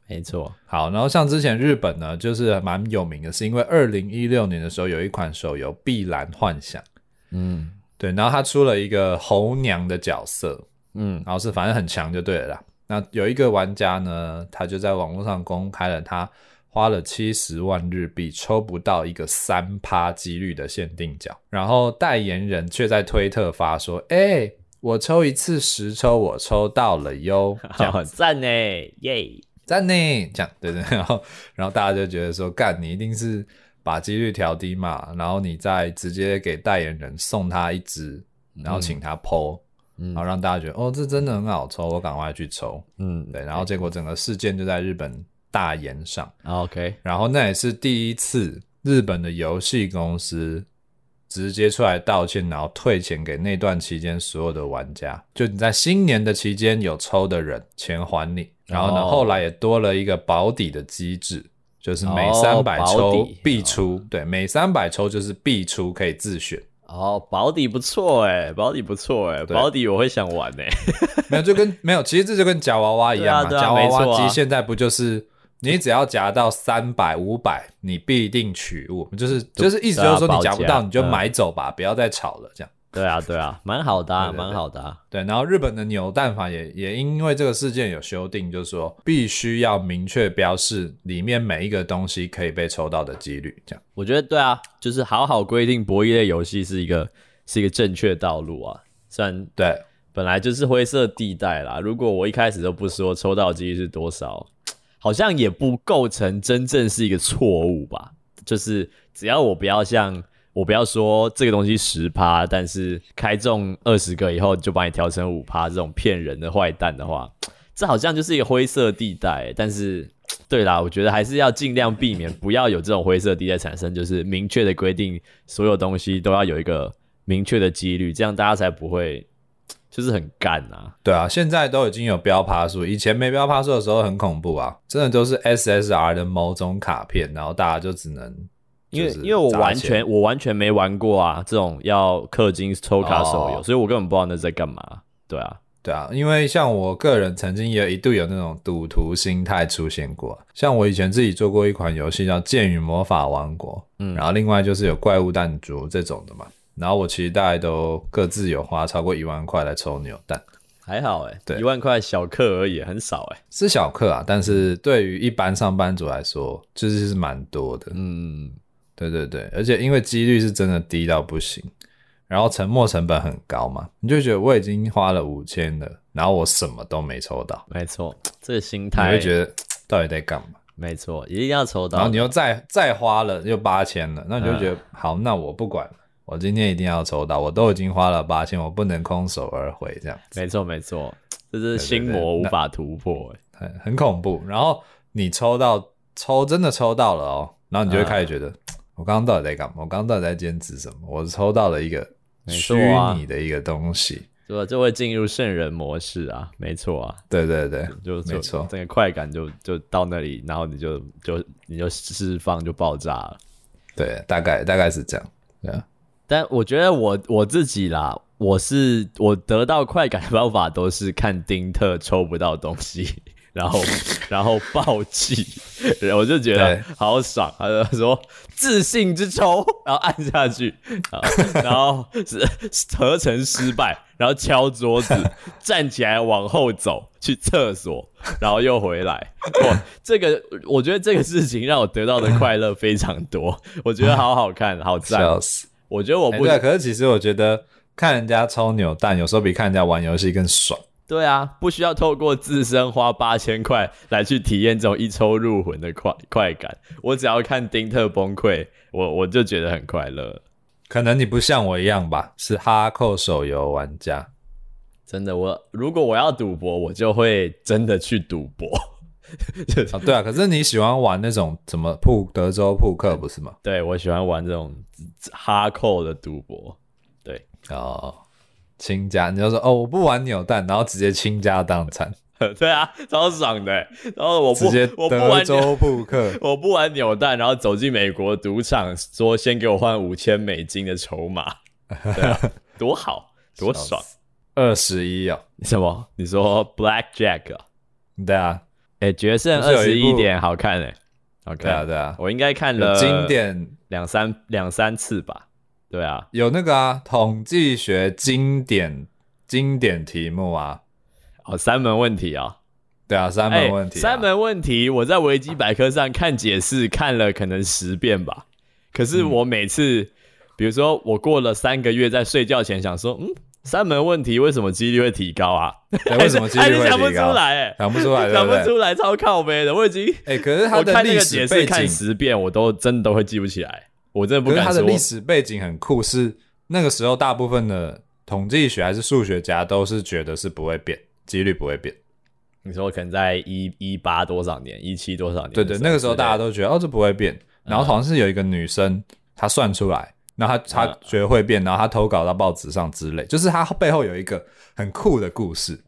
没错。 好，然后像之前日本呢，就是蛮有名的，是因为2016年的时候有一款手游《碧蓝幻想》，对，然后他出了一个猴娘的角色，然后是反正很强就对了啦。那有一个玩家呢，他就在网络上公开了他花了70万日币抽不到一个3%几率的限定角，然后代言人却在推特发说我抽一次10抽我抽到了哟，这样子赞呢，耶， 赞呢，这样对对，然后大家就觉得说，干你一定是把几率调低嘛，然后你再直接给代言人送他一支，然后请他 po，然后让大家觉得这真的很好抽，我赶快去抽，对，然后结果整个事件就在日本大延上 ，OK， 然后那也是第一次日本的游戏公司直接出来道歉，然后退钱给那段期间所有的玩家，就你在新年的期间有抽的人钱还你，然后呢后来也多了一个保底的机制，就是每300抽必出，对，每300抽就是必出，可以自选。 保底不错保底不错保底我会想玩没有，其实这就跟夹娃娃一样嘛，夹娃娃机现在不就是你只要夹到300、500，你必定取物，就是意思就是说你夹不到你就买走吧，不要再吵了，这样。 对啊，蛮好的啊，蛮好的啊。 对，然后日本的扭蛋法也因为这个事件有修订，就是说必须要明确标示里面每一个东西可以被抽到的几率，这样。 我觉得对啊，就是好好规定博弈类游戏是一个正确道路啊。虽然对， 本来就是灰色地带啦，如果我一开始都不说抽到的几率是多少，好像也不构成真正是一个错误吧。就是只要我不要说这个东西10%，但是开中20个以后就把你调成5%，这种骗人的坏蛋的话，这好像就是一个灰色地带。但是对啦，我觉得还是要尽量避免不要有这种灰色地带产生，就是明确的规定所有东西都要有一个明确的几率，这样大家才不会就是很干啊。 对啊，现在都已经有标趴数，以前没标趴数的时候很恐怖啊，真的都是 SSR 的某种卡片，然后大家就只能因为我完全没玩过啊，这种要氪金抽卡手游，所以我根本不知道那在干嘛。对啊， 因为像我个人曾经也一度有那种赌徒心态出现过，像我以前自己做过一款游戏叫《剑与魔法王国》，然后另外就是有怪物弹珠这种的嘛，然后我其实大概都各自有花超过1万块来抽扭蛋。 还好对， 1万块小氪而已，很少是小氪啊，但是对于一般上班族来说就是蛮多的。对，而且因为几率是真的低到不行，然后沉没成本很高嘛，你就觉得我已经花了5000了，然后我什么都没抽到。 没错，这个心态你会觉得到底在干嘛？ 没错，一定要抽到。 然后你又再花了又8000了，那你就觉得好，那我不管了，我今天一定要抽到，我都已经花了8000，我不能空手而回这样子。 没错，这是心魔无法突破很恐怖。然后你真的抽到了然后你就会开始觉得我刚刚到底在干嘛？我刚刚到底在坚持什么？我抽到了一个虚拟的一个东西， 对，就会进入圣人模式啊，没错啊， 对， 就没错， 整个快感就到那里，然后你就释放就爆炸了， 对，大概是这样，对啊。 但我觉得我自己啦，我得到快感的方法都是看丁特抽不到东西。然后暴气，我就觉得好爽。他就说自信之抽，然后按下去，然后合成失败，然后敲桌子，站起来往后走去厕所，然后又回来。我觉得这个事情让我得到的快乐非常多，我觉得好好看，好赞。 笑死！ 我觉得我不对，可是其实我觉得看人家抽扭蛋，有时候比看人家玩游戏更爽。 对啊，不需要透过自身花8000块来去体验这种一抽入魂的快感，我只要看丁特崩溃，我就觉得很快乐。 可能你不像我一样吧，是哈扣手游玩家。 真的，如果我要赌博，我就会真的去赌博。 对啊，可是你喜欢玩那种什么德州扑克不是吗？ 对，我喜欢玩这种哈扣的赌博。对倾家，你就说我不玩扭蛋，然后直接倾家荡产。 对啊，超爽的。然后直接德州扑克， 我不玩扭蛋，然后走进美国赌场，说先给我换$5000的筹码。对啊，多好，多爽。 21 什么？你说 Blackjack 啊？ 对啊， 决胜21点好看好看。 对啊对啊， 我应该看了经典两三次吧。对啊， 有那个啊，统计学经典题目啊。 3门问题啊。 对啊，3门问题 3门问题，我在维基百科上看解释看了可能10遍吧。可是我每次，比如说我过了3个月，在睡觉前想说，3门问题为什么几率会提高啊？ 为什么几率会提高？ 想不出来， 想不出来， 想不出来，超靠北的。我已经可是他的历史背景看10遍，我都真的都会记不起来。我真的不敢说。 可是他的历史背景很酷，是那个时候大部分的统计学还是数学家都是觉得是不会变，几率不会变。 你说可能在18多少年，17多少年？ 对对，那个时候大家都觉得这不会变，然后好像是有一个女生她算出来，然后她觉得会变，然后她投稿到报纸上之类，就是她背后有一个很酷的故事。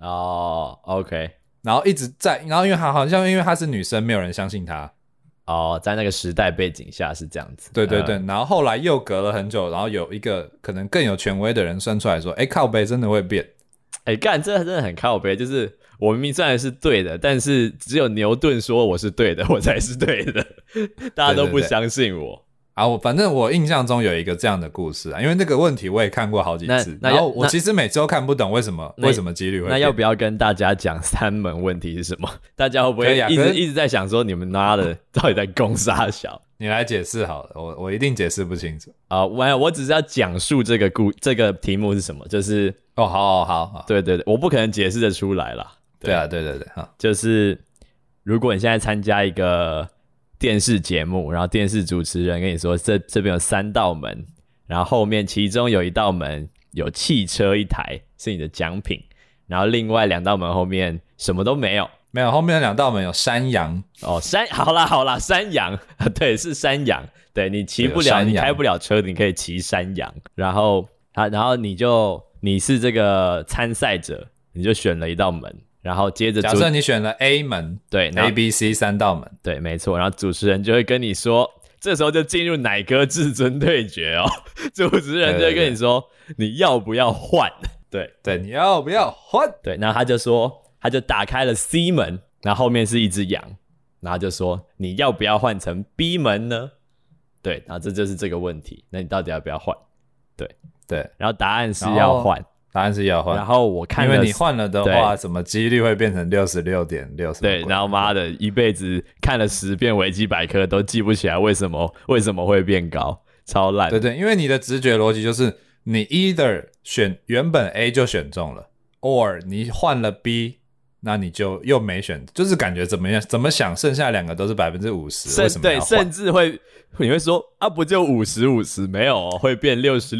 OK。 然后一直在，然后因为她好像因为她是女生，没有人相信她。 在那个时代背景下是这样子。 对对对，然后后来又隔了很久，然后有一个可能更有权威的人算出来说，靠北真的会变。 干，这真的很靠北，就是我明明算的是对的，但是只有牛顿说我是对的，我才是对的，大家都不相信我。 反正我印象中有一个这样的故事因为那个问题我也看过好几次，然后我其实每次都看不懂为什么几率会变。 那要不要跟大家讲3门问题是什么？大家会不会一直在想说你们妈的到底在攻杀小？ 你来解释好了，我一定解释不清楚我只是要讲述这个题目是什么，就是好， 对对对，我不可能解释得出来啦。 对啊，对对对， 就是如果你现在参加一个电视节目，然后电视主持人跟你说这边有3道门，然后后面其中有1道门有汽车1台是你的奖品，然后另外2道门后面什么都没有， 后面2道门有山羊好啦，山羊对，是山羊，对，你骑不了，你开不了车，你可以骑山羊，然后你是这个参赛者，你就选了1道门，然后接着假设你选了 A 门， 对 ，A、B、C 3道门， 对，没错，然后主持人就会跟你说，这时候就进入奶哥至尊对决主持人就会跟你说，你要不要换？对对， 你要不要换？ 对，然后他就打开了 C 门，然后后面是一只羊，然后就说你要不要换成 B 门呢？对，然后这就是这个问题，那你到底要不要换？对，然后答案是要换。然后我看了， 因为你换了的话，什么几率会变成66.6？ 对，然后妈的，一辈子看了10遍维基百科都记不起来为什么会变高，超烂。 对对，因为你的直觉逻辑就是你 either 选原本 A 就选中了 ，or 你换了 B， 那你就又没选，就是感觉怎么想，剩下2个都是50%，为什么要换？对， 甚至你会说不就50-50？没有会变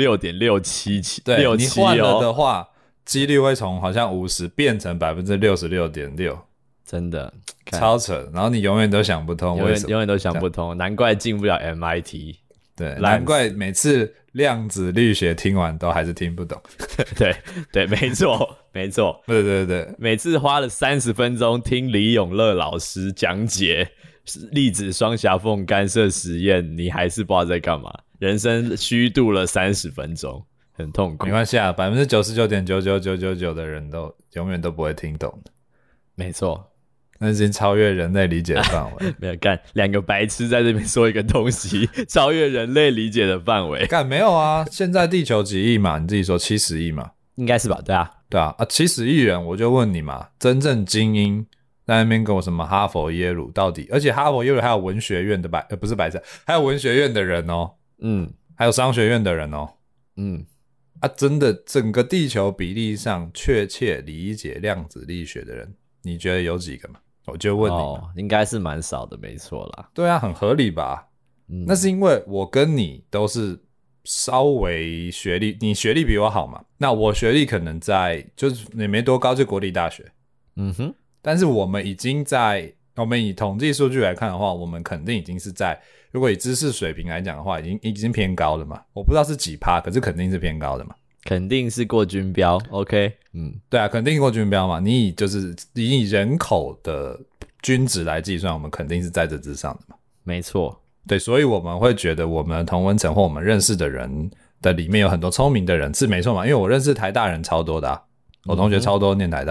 66.677。 对，你换了的话，几率会从好像50变成66.6%，真的超扯。然后你永远都想不通为什么， 永远都想不通，难怪进不了 MIT。 对，难怪每次量子力学听完都还是听不懂。 对，没错。 对， 每次花了30分钟听李永乐老师讲解粒子双狭缝干涉实验，你还是不知道在干嘛，人生虚度了30分钟，很痛苦。 没关系啊，99.99999的人都永远都不会听懂的。 没错， 那已经超越人类理解的范围。 没有干，2个白痴在这边说一个东西，超越人类理解的范围。 干没有啊？现在地球几亿嘛？你自己说70亿嘛？ 应该是吧？对啊 ，70亿人，我就问你嘛，真正精英在那边跟我什么哈佛耶鲁到底，而且哈佛耶鲁还有文学院的不是白痴，还有文学院的人还有商学院的人真的整个地球比例上确切理解量子力学的人，你觉得有几个嘛？我就问你应该是蛮少的，没错啦。 对啊，很合理吧？那是因为我跟你都是稍微学历，你学历比我好嘛，那我学历可能就是也没多高，就国立大学。但是我们以统计数据来看的话，我们肯定已经是如果以知识水平来讲的话，已经偏高了嘛。我不知道是几%，可是肯定是偏高的嘛。 肯定是过均标 ，OK， 对啊，肯定过均标嘛。你以人口的均值来计算，我们肯定是在这之上的嘛。 没错， 对，所以我们会觉得我们同温层或我们认识的人的里面有很多聪明的人，是没错嘛。因为我认识台大人超多的我同学超多念台大的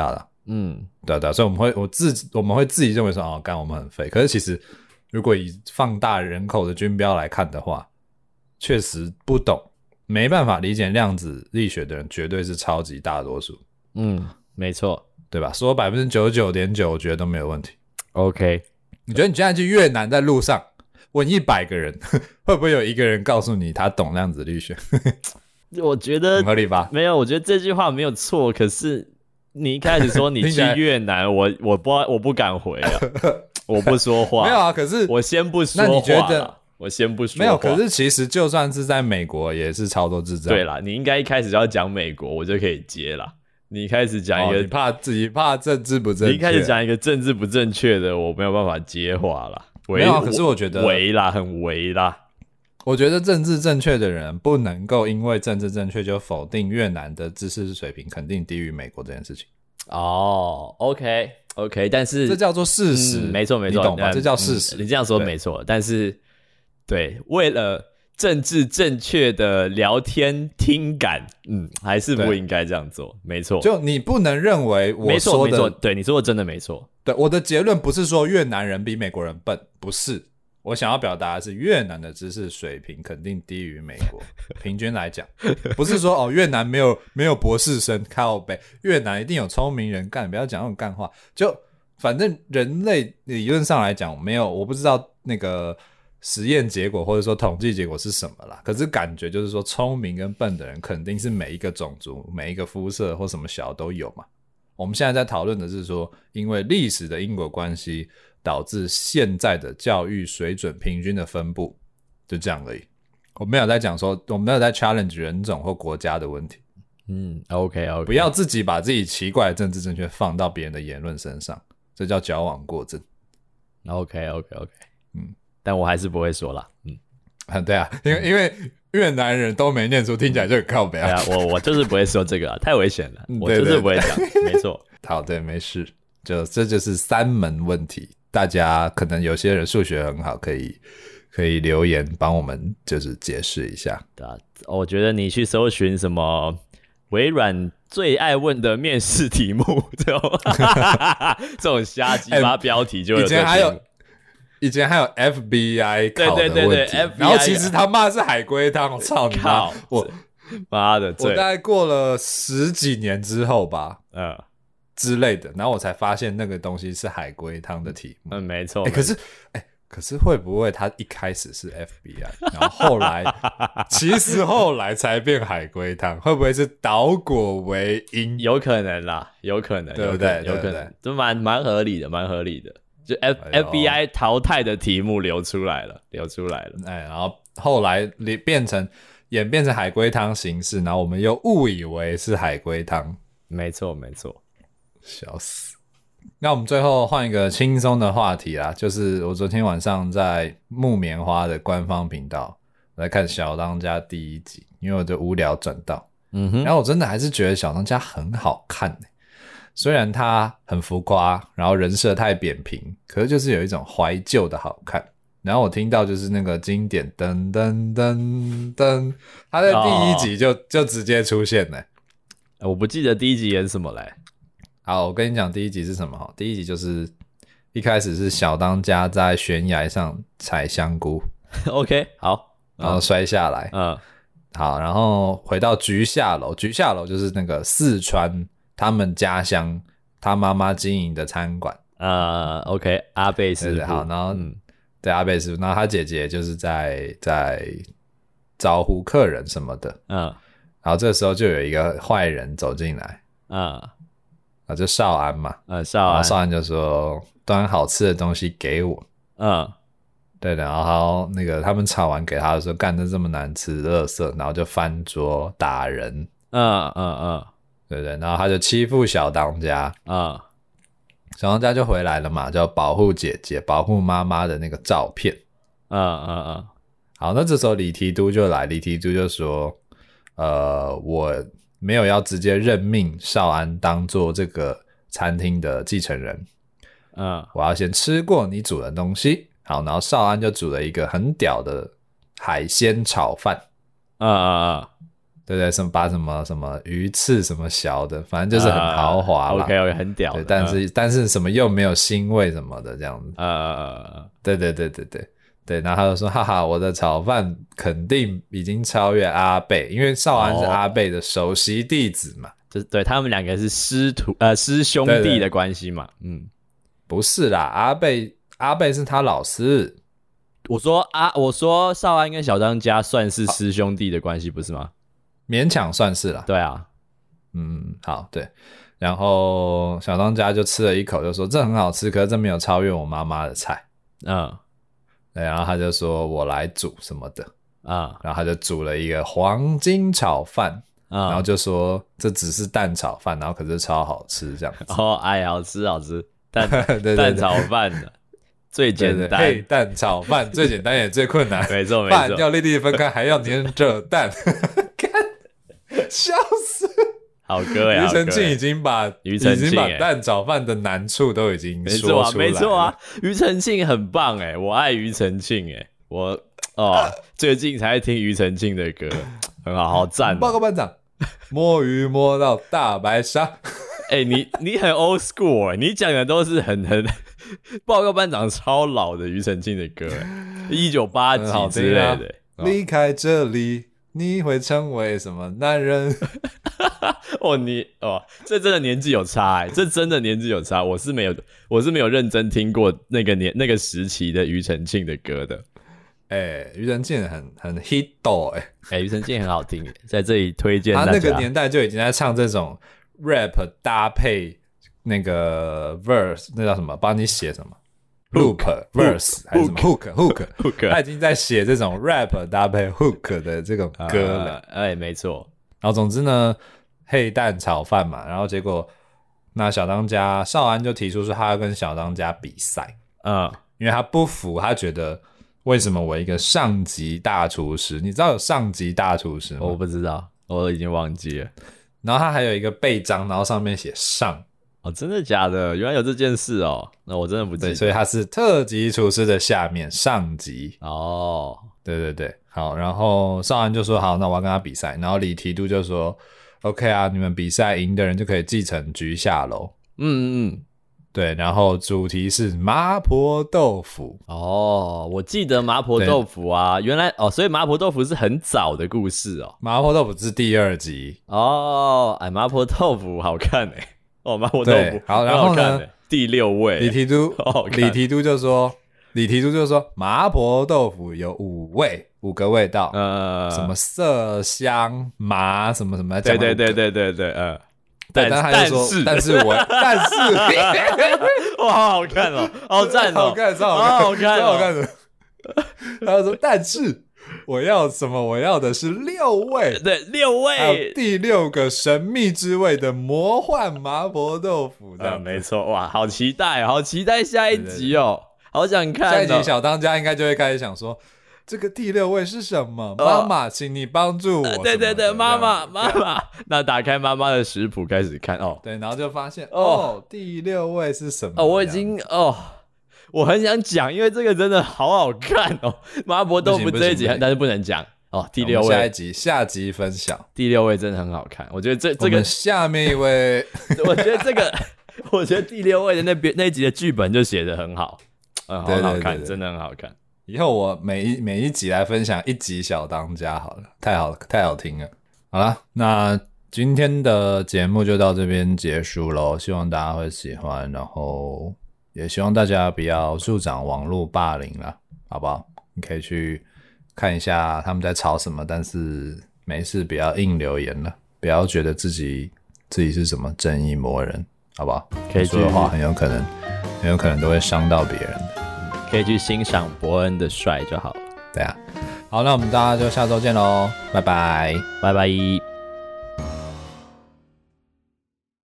对对，所以我们会自己认为说哦，干我们很废。可是其实如果以放大人口的均标来看的话，确实不懂，没办法理解量子力学的人绝对是超级大多数。 没错， 对吧？说 99.9% 我觉得都没有问题。 OK， 你觉得你现在去越南在路上问100个人会不会有一个人告诉你他懂量子力学？ 我觉得很合理吧？ 没有，我觉得这句话没有错，可是你一开始说你去越南我不敢回啊我不说话。 没有啊，可是我先不说话。 那你觉得我先不说话。 没有，可是其实就算是在美国也是超多智障。 对啦，你应该一开始就要讲美国，我就可以接啦。你一开始讲一个， 你怕自己怕政治不正确， 你一开始讲一个政治不正确的，我没有办法接话啦。 没有，可是我觉得围啦，很围啦。 我觉得政治正确的人不能够因为政治正确就否定越南的知识水平肯定低于美国这件事情。 哦 ，OK， 但是这叫做事实， 没错， 你懂吗？这叫事实。 你这样说没错，但是对，为了政治正确的聊天听感，还是不应该这样做，没错。 就你不能认为我说的， 没错，对，你说的真的没错。 对，我的结论不是说越南人比美国人笨，不是。我想要表达的是，越南的知识水平肯定低于美国，平均来讲，不是说哦越南没有博士生靠北，越南一定有聪明人干，不要讲那种干话。就反正人类理论上来讲，没有，我不知道那个实验结果或者说统计结果是什么啦。可是感觉就是说，聪明跟笨的人肯定是每一个种族、每一个肤色或什么小都有嘛。我们现在在讨论的是说，因为历史的因果关系导致现在的教育水准平均的分布，就这样而已。我没有在讲说，我没有在 challenge 人种或国家的问题。 OK， 不要自己把自己奇怪的政治正确放到别人的言论身上，这叫矫枉过正。 OK， 但我还是不会说啦。 对啊，因为越南人都没念书，听起来就很靠北啊。 对啊，我就是不会说这个啊，太危险了。我就是不会讲，没错。 好，对，没事。这就是3门问题，大家可能有些人数学很好，可以留言帮我们就是解释一下。 对啊，我觉得你去搜寻什么微软最爱问的面试题目，这种瞎鸡巴标题就有这个题目。 以前还有 FBI 考的问题， 对然后其实他妈是海龟汤，我操你妈！ 妈的， 我大概过了10几年之后吧，之类的，然后我才发现那个东西是海龟汤的题目。 没错。 可是会不会他一开始是 FBI， 然后其实后来才变海龟汤？会不会是倒果为因？ 有可能啦，有可能， 对不对？ 有可能，就蛮合理的，蛮合理的。就 FBI 淘汰的题目流出来了。 然后后来演变成海龟汤形式，然后我们又误以为是海龟汤。 没错， 笑死。那我们最后换一个轻松的话题啦，就是我昨天晚上在木棉花的官方频道来看小当家第1集，因为我就无聊转到，然后我真的还是觉得小当家很好看虽然它很浮夸，然后人设太扁平，可是就是有一种怀旧的好看。然后我听到就是那个经典噔噔噔噔，他在第1集就直接出现了。 我不记得第1集演什么嘞。 好，我跟你讲第1集是什么。第1集就是一开始是小当家在悬崖上采香菇 OK， 好， 然后摔下来。好，然后回到菊下楼就是那个四川他们家乡他妈妈经营的餐馆。 OK， 阿贝师傅。 好，然后对阿贝师傅，然后他姐姐就是在招呼客人什么的。然后这时候就有一个坏人走进来。就少安嘛。少安就说端好吃的东西给我。对的，然后那个他们炒完给他的时候，干得这么难吃，垃圾，然后就翻桌打人。对对，然后他就欺负小当家。小当家就回来了嘛，就保护姐姐、保护妈妈的那个照片。好，那这时候李提督就来，李提督就说，我没有要直接任命少安当做这个餐厅的继承人。我要先吃过你煮的东西。好，然后少安就煮了一个很屌的海鲜炒饭。 对不对？把什么鱼翅什么小的，反正就是很豪华啦。 OK， 很屌的。 对，但是什么又没有腥味什么的这样子。对，然后他就说，哈哈，我的炒饭肯定已经超越阿贝，因为少安是阿贝的首席弟子嘛。 就是对他们两个是师兄弟的关系嘛。 不是啦，阿贝是他老师。 我说少安跟小当家算是师兄弟的关系，不是吗？ 勉强算是啦。 对啊。 好，对。然后小当家就吃了一口，就说这很好吃，可是这没有超越我妈妈的菜。对，然后他就说我来煮什么的。然后他就煮了一个黄金炒饭。然后就说这只是蛋炒饭，然后可是超好吃这样子。 好吃蛋炒饭的最简单。 黑蛋炒饭最简单也最困难。 没错， 饭要粒粒分开，还要粘着蛋。看，笑死！ 好歌呀！ 庾澄庆已经把蛋炒饭的难处都已经说出来了。 没错啊，庾澄庆很棒我爱庾澄庆我最近才听庾澄庆的歌，很好赞。 报告班长，摸鱼摸到大白鲨。 你很 old school 你讲的都是很报告班长超老的庾澄庆的歌1980之类的。 离开这里你会成为什么男人？ 这真的年纪有差这真的年纪有差。我是没有认真听过那个时期的庾澄庆的歌的。 庾澄庆很 hit 庾澄庆很好听在这里推荐大家。 他那个年代就已经在唱这种 rap 搭配那个 verse， 那叫什么？帮你写什么 loop verse 还是什么 hook？ 他已经在写这种 rap 搭配 hook 的这种歌了。 没错。 然后总之呢，黑蛋炒饭嘛，然后结果那小当家少安就提出说他要跟小当家比赛。因为他不服，他觉得为什么我一个上级大厨师，你知道有上级大厨师吗？ 我不知道，我已经忘记了。 然后他还有一个背章，然后上面写上。 真的假的？原来有这件事那我真的不记得。 对，所以他是特级厨师的下面上级。对，好，然后少安就说好，那我要跟他比赛。然后李提督就说 OK 啊，你们比赛赢的人就可以继承局下楼。对，然后主题是麻婆豆腐。 我记得麻婆豆腐啊，原来所以麻婆豆腐是很早的故事麻婆豆腐是第2集。 麻婆豆腐好看麻婆豆腐好，然后呢， 第6位李提督就说麻婆豆腐有5个味道，什么色香麻什么什么， 对，但是哇，好好看好赞好看，超好看的。他说但是我要什么？我要的是6味， 对，6味， 还有第6个神秘之味的魔幻麻婆豆腐。 没错，哇，好期待下一集好想看。 下一集小当家应该就会开始想说，这个第6味是什么？妈妈，请你帮助我。 对，妈妈，那打开妈妈的食谱开始看对，然后就发现第6味是什么？ 我已经我很想讲，因为这个真的好好看麻婆豆腐这一集，但是不能讲第6位下集分享。 第6位真的很好看，我觉得这个下面一位， 我觉得第6位的那一集的剧本就写得很好，很好看，真的很好看。 以后我每一集来分享1集小当家好了，太好听了。好了，那今天的节目就到这边结束咯，希望大家会喜欢，然后也希望大家不要助长网络霸凌啦，好不好？你可以去看一下他们在吵什么，但是没事不要硬留言了，不要觉得自己是什么正义魔人，好不好？ 可以说的话很有可能都会伤到别人的。 可以去欣赏伯恩的帅就好了。 对啊，好，那我们大家就下周见咯，拜拜， 拜拜。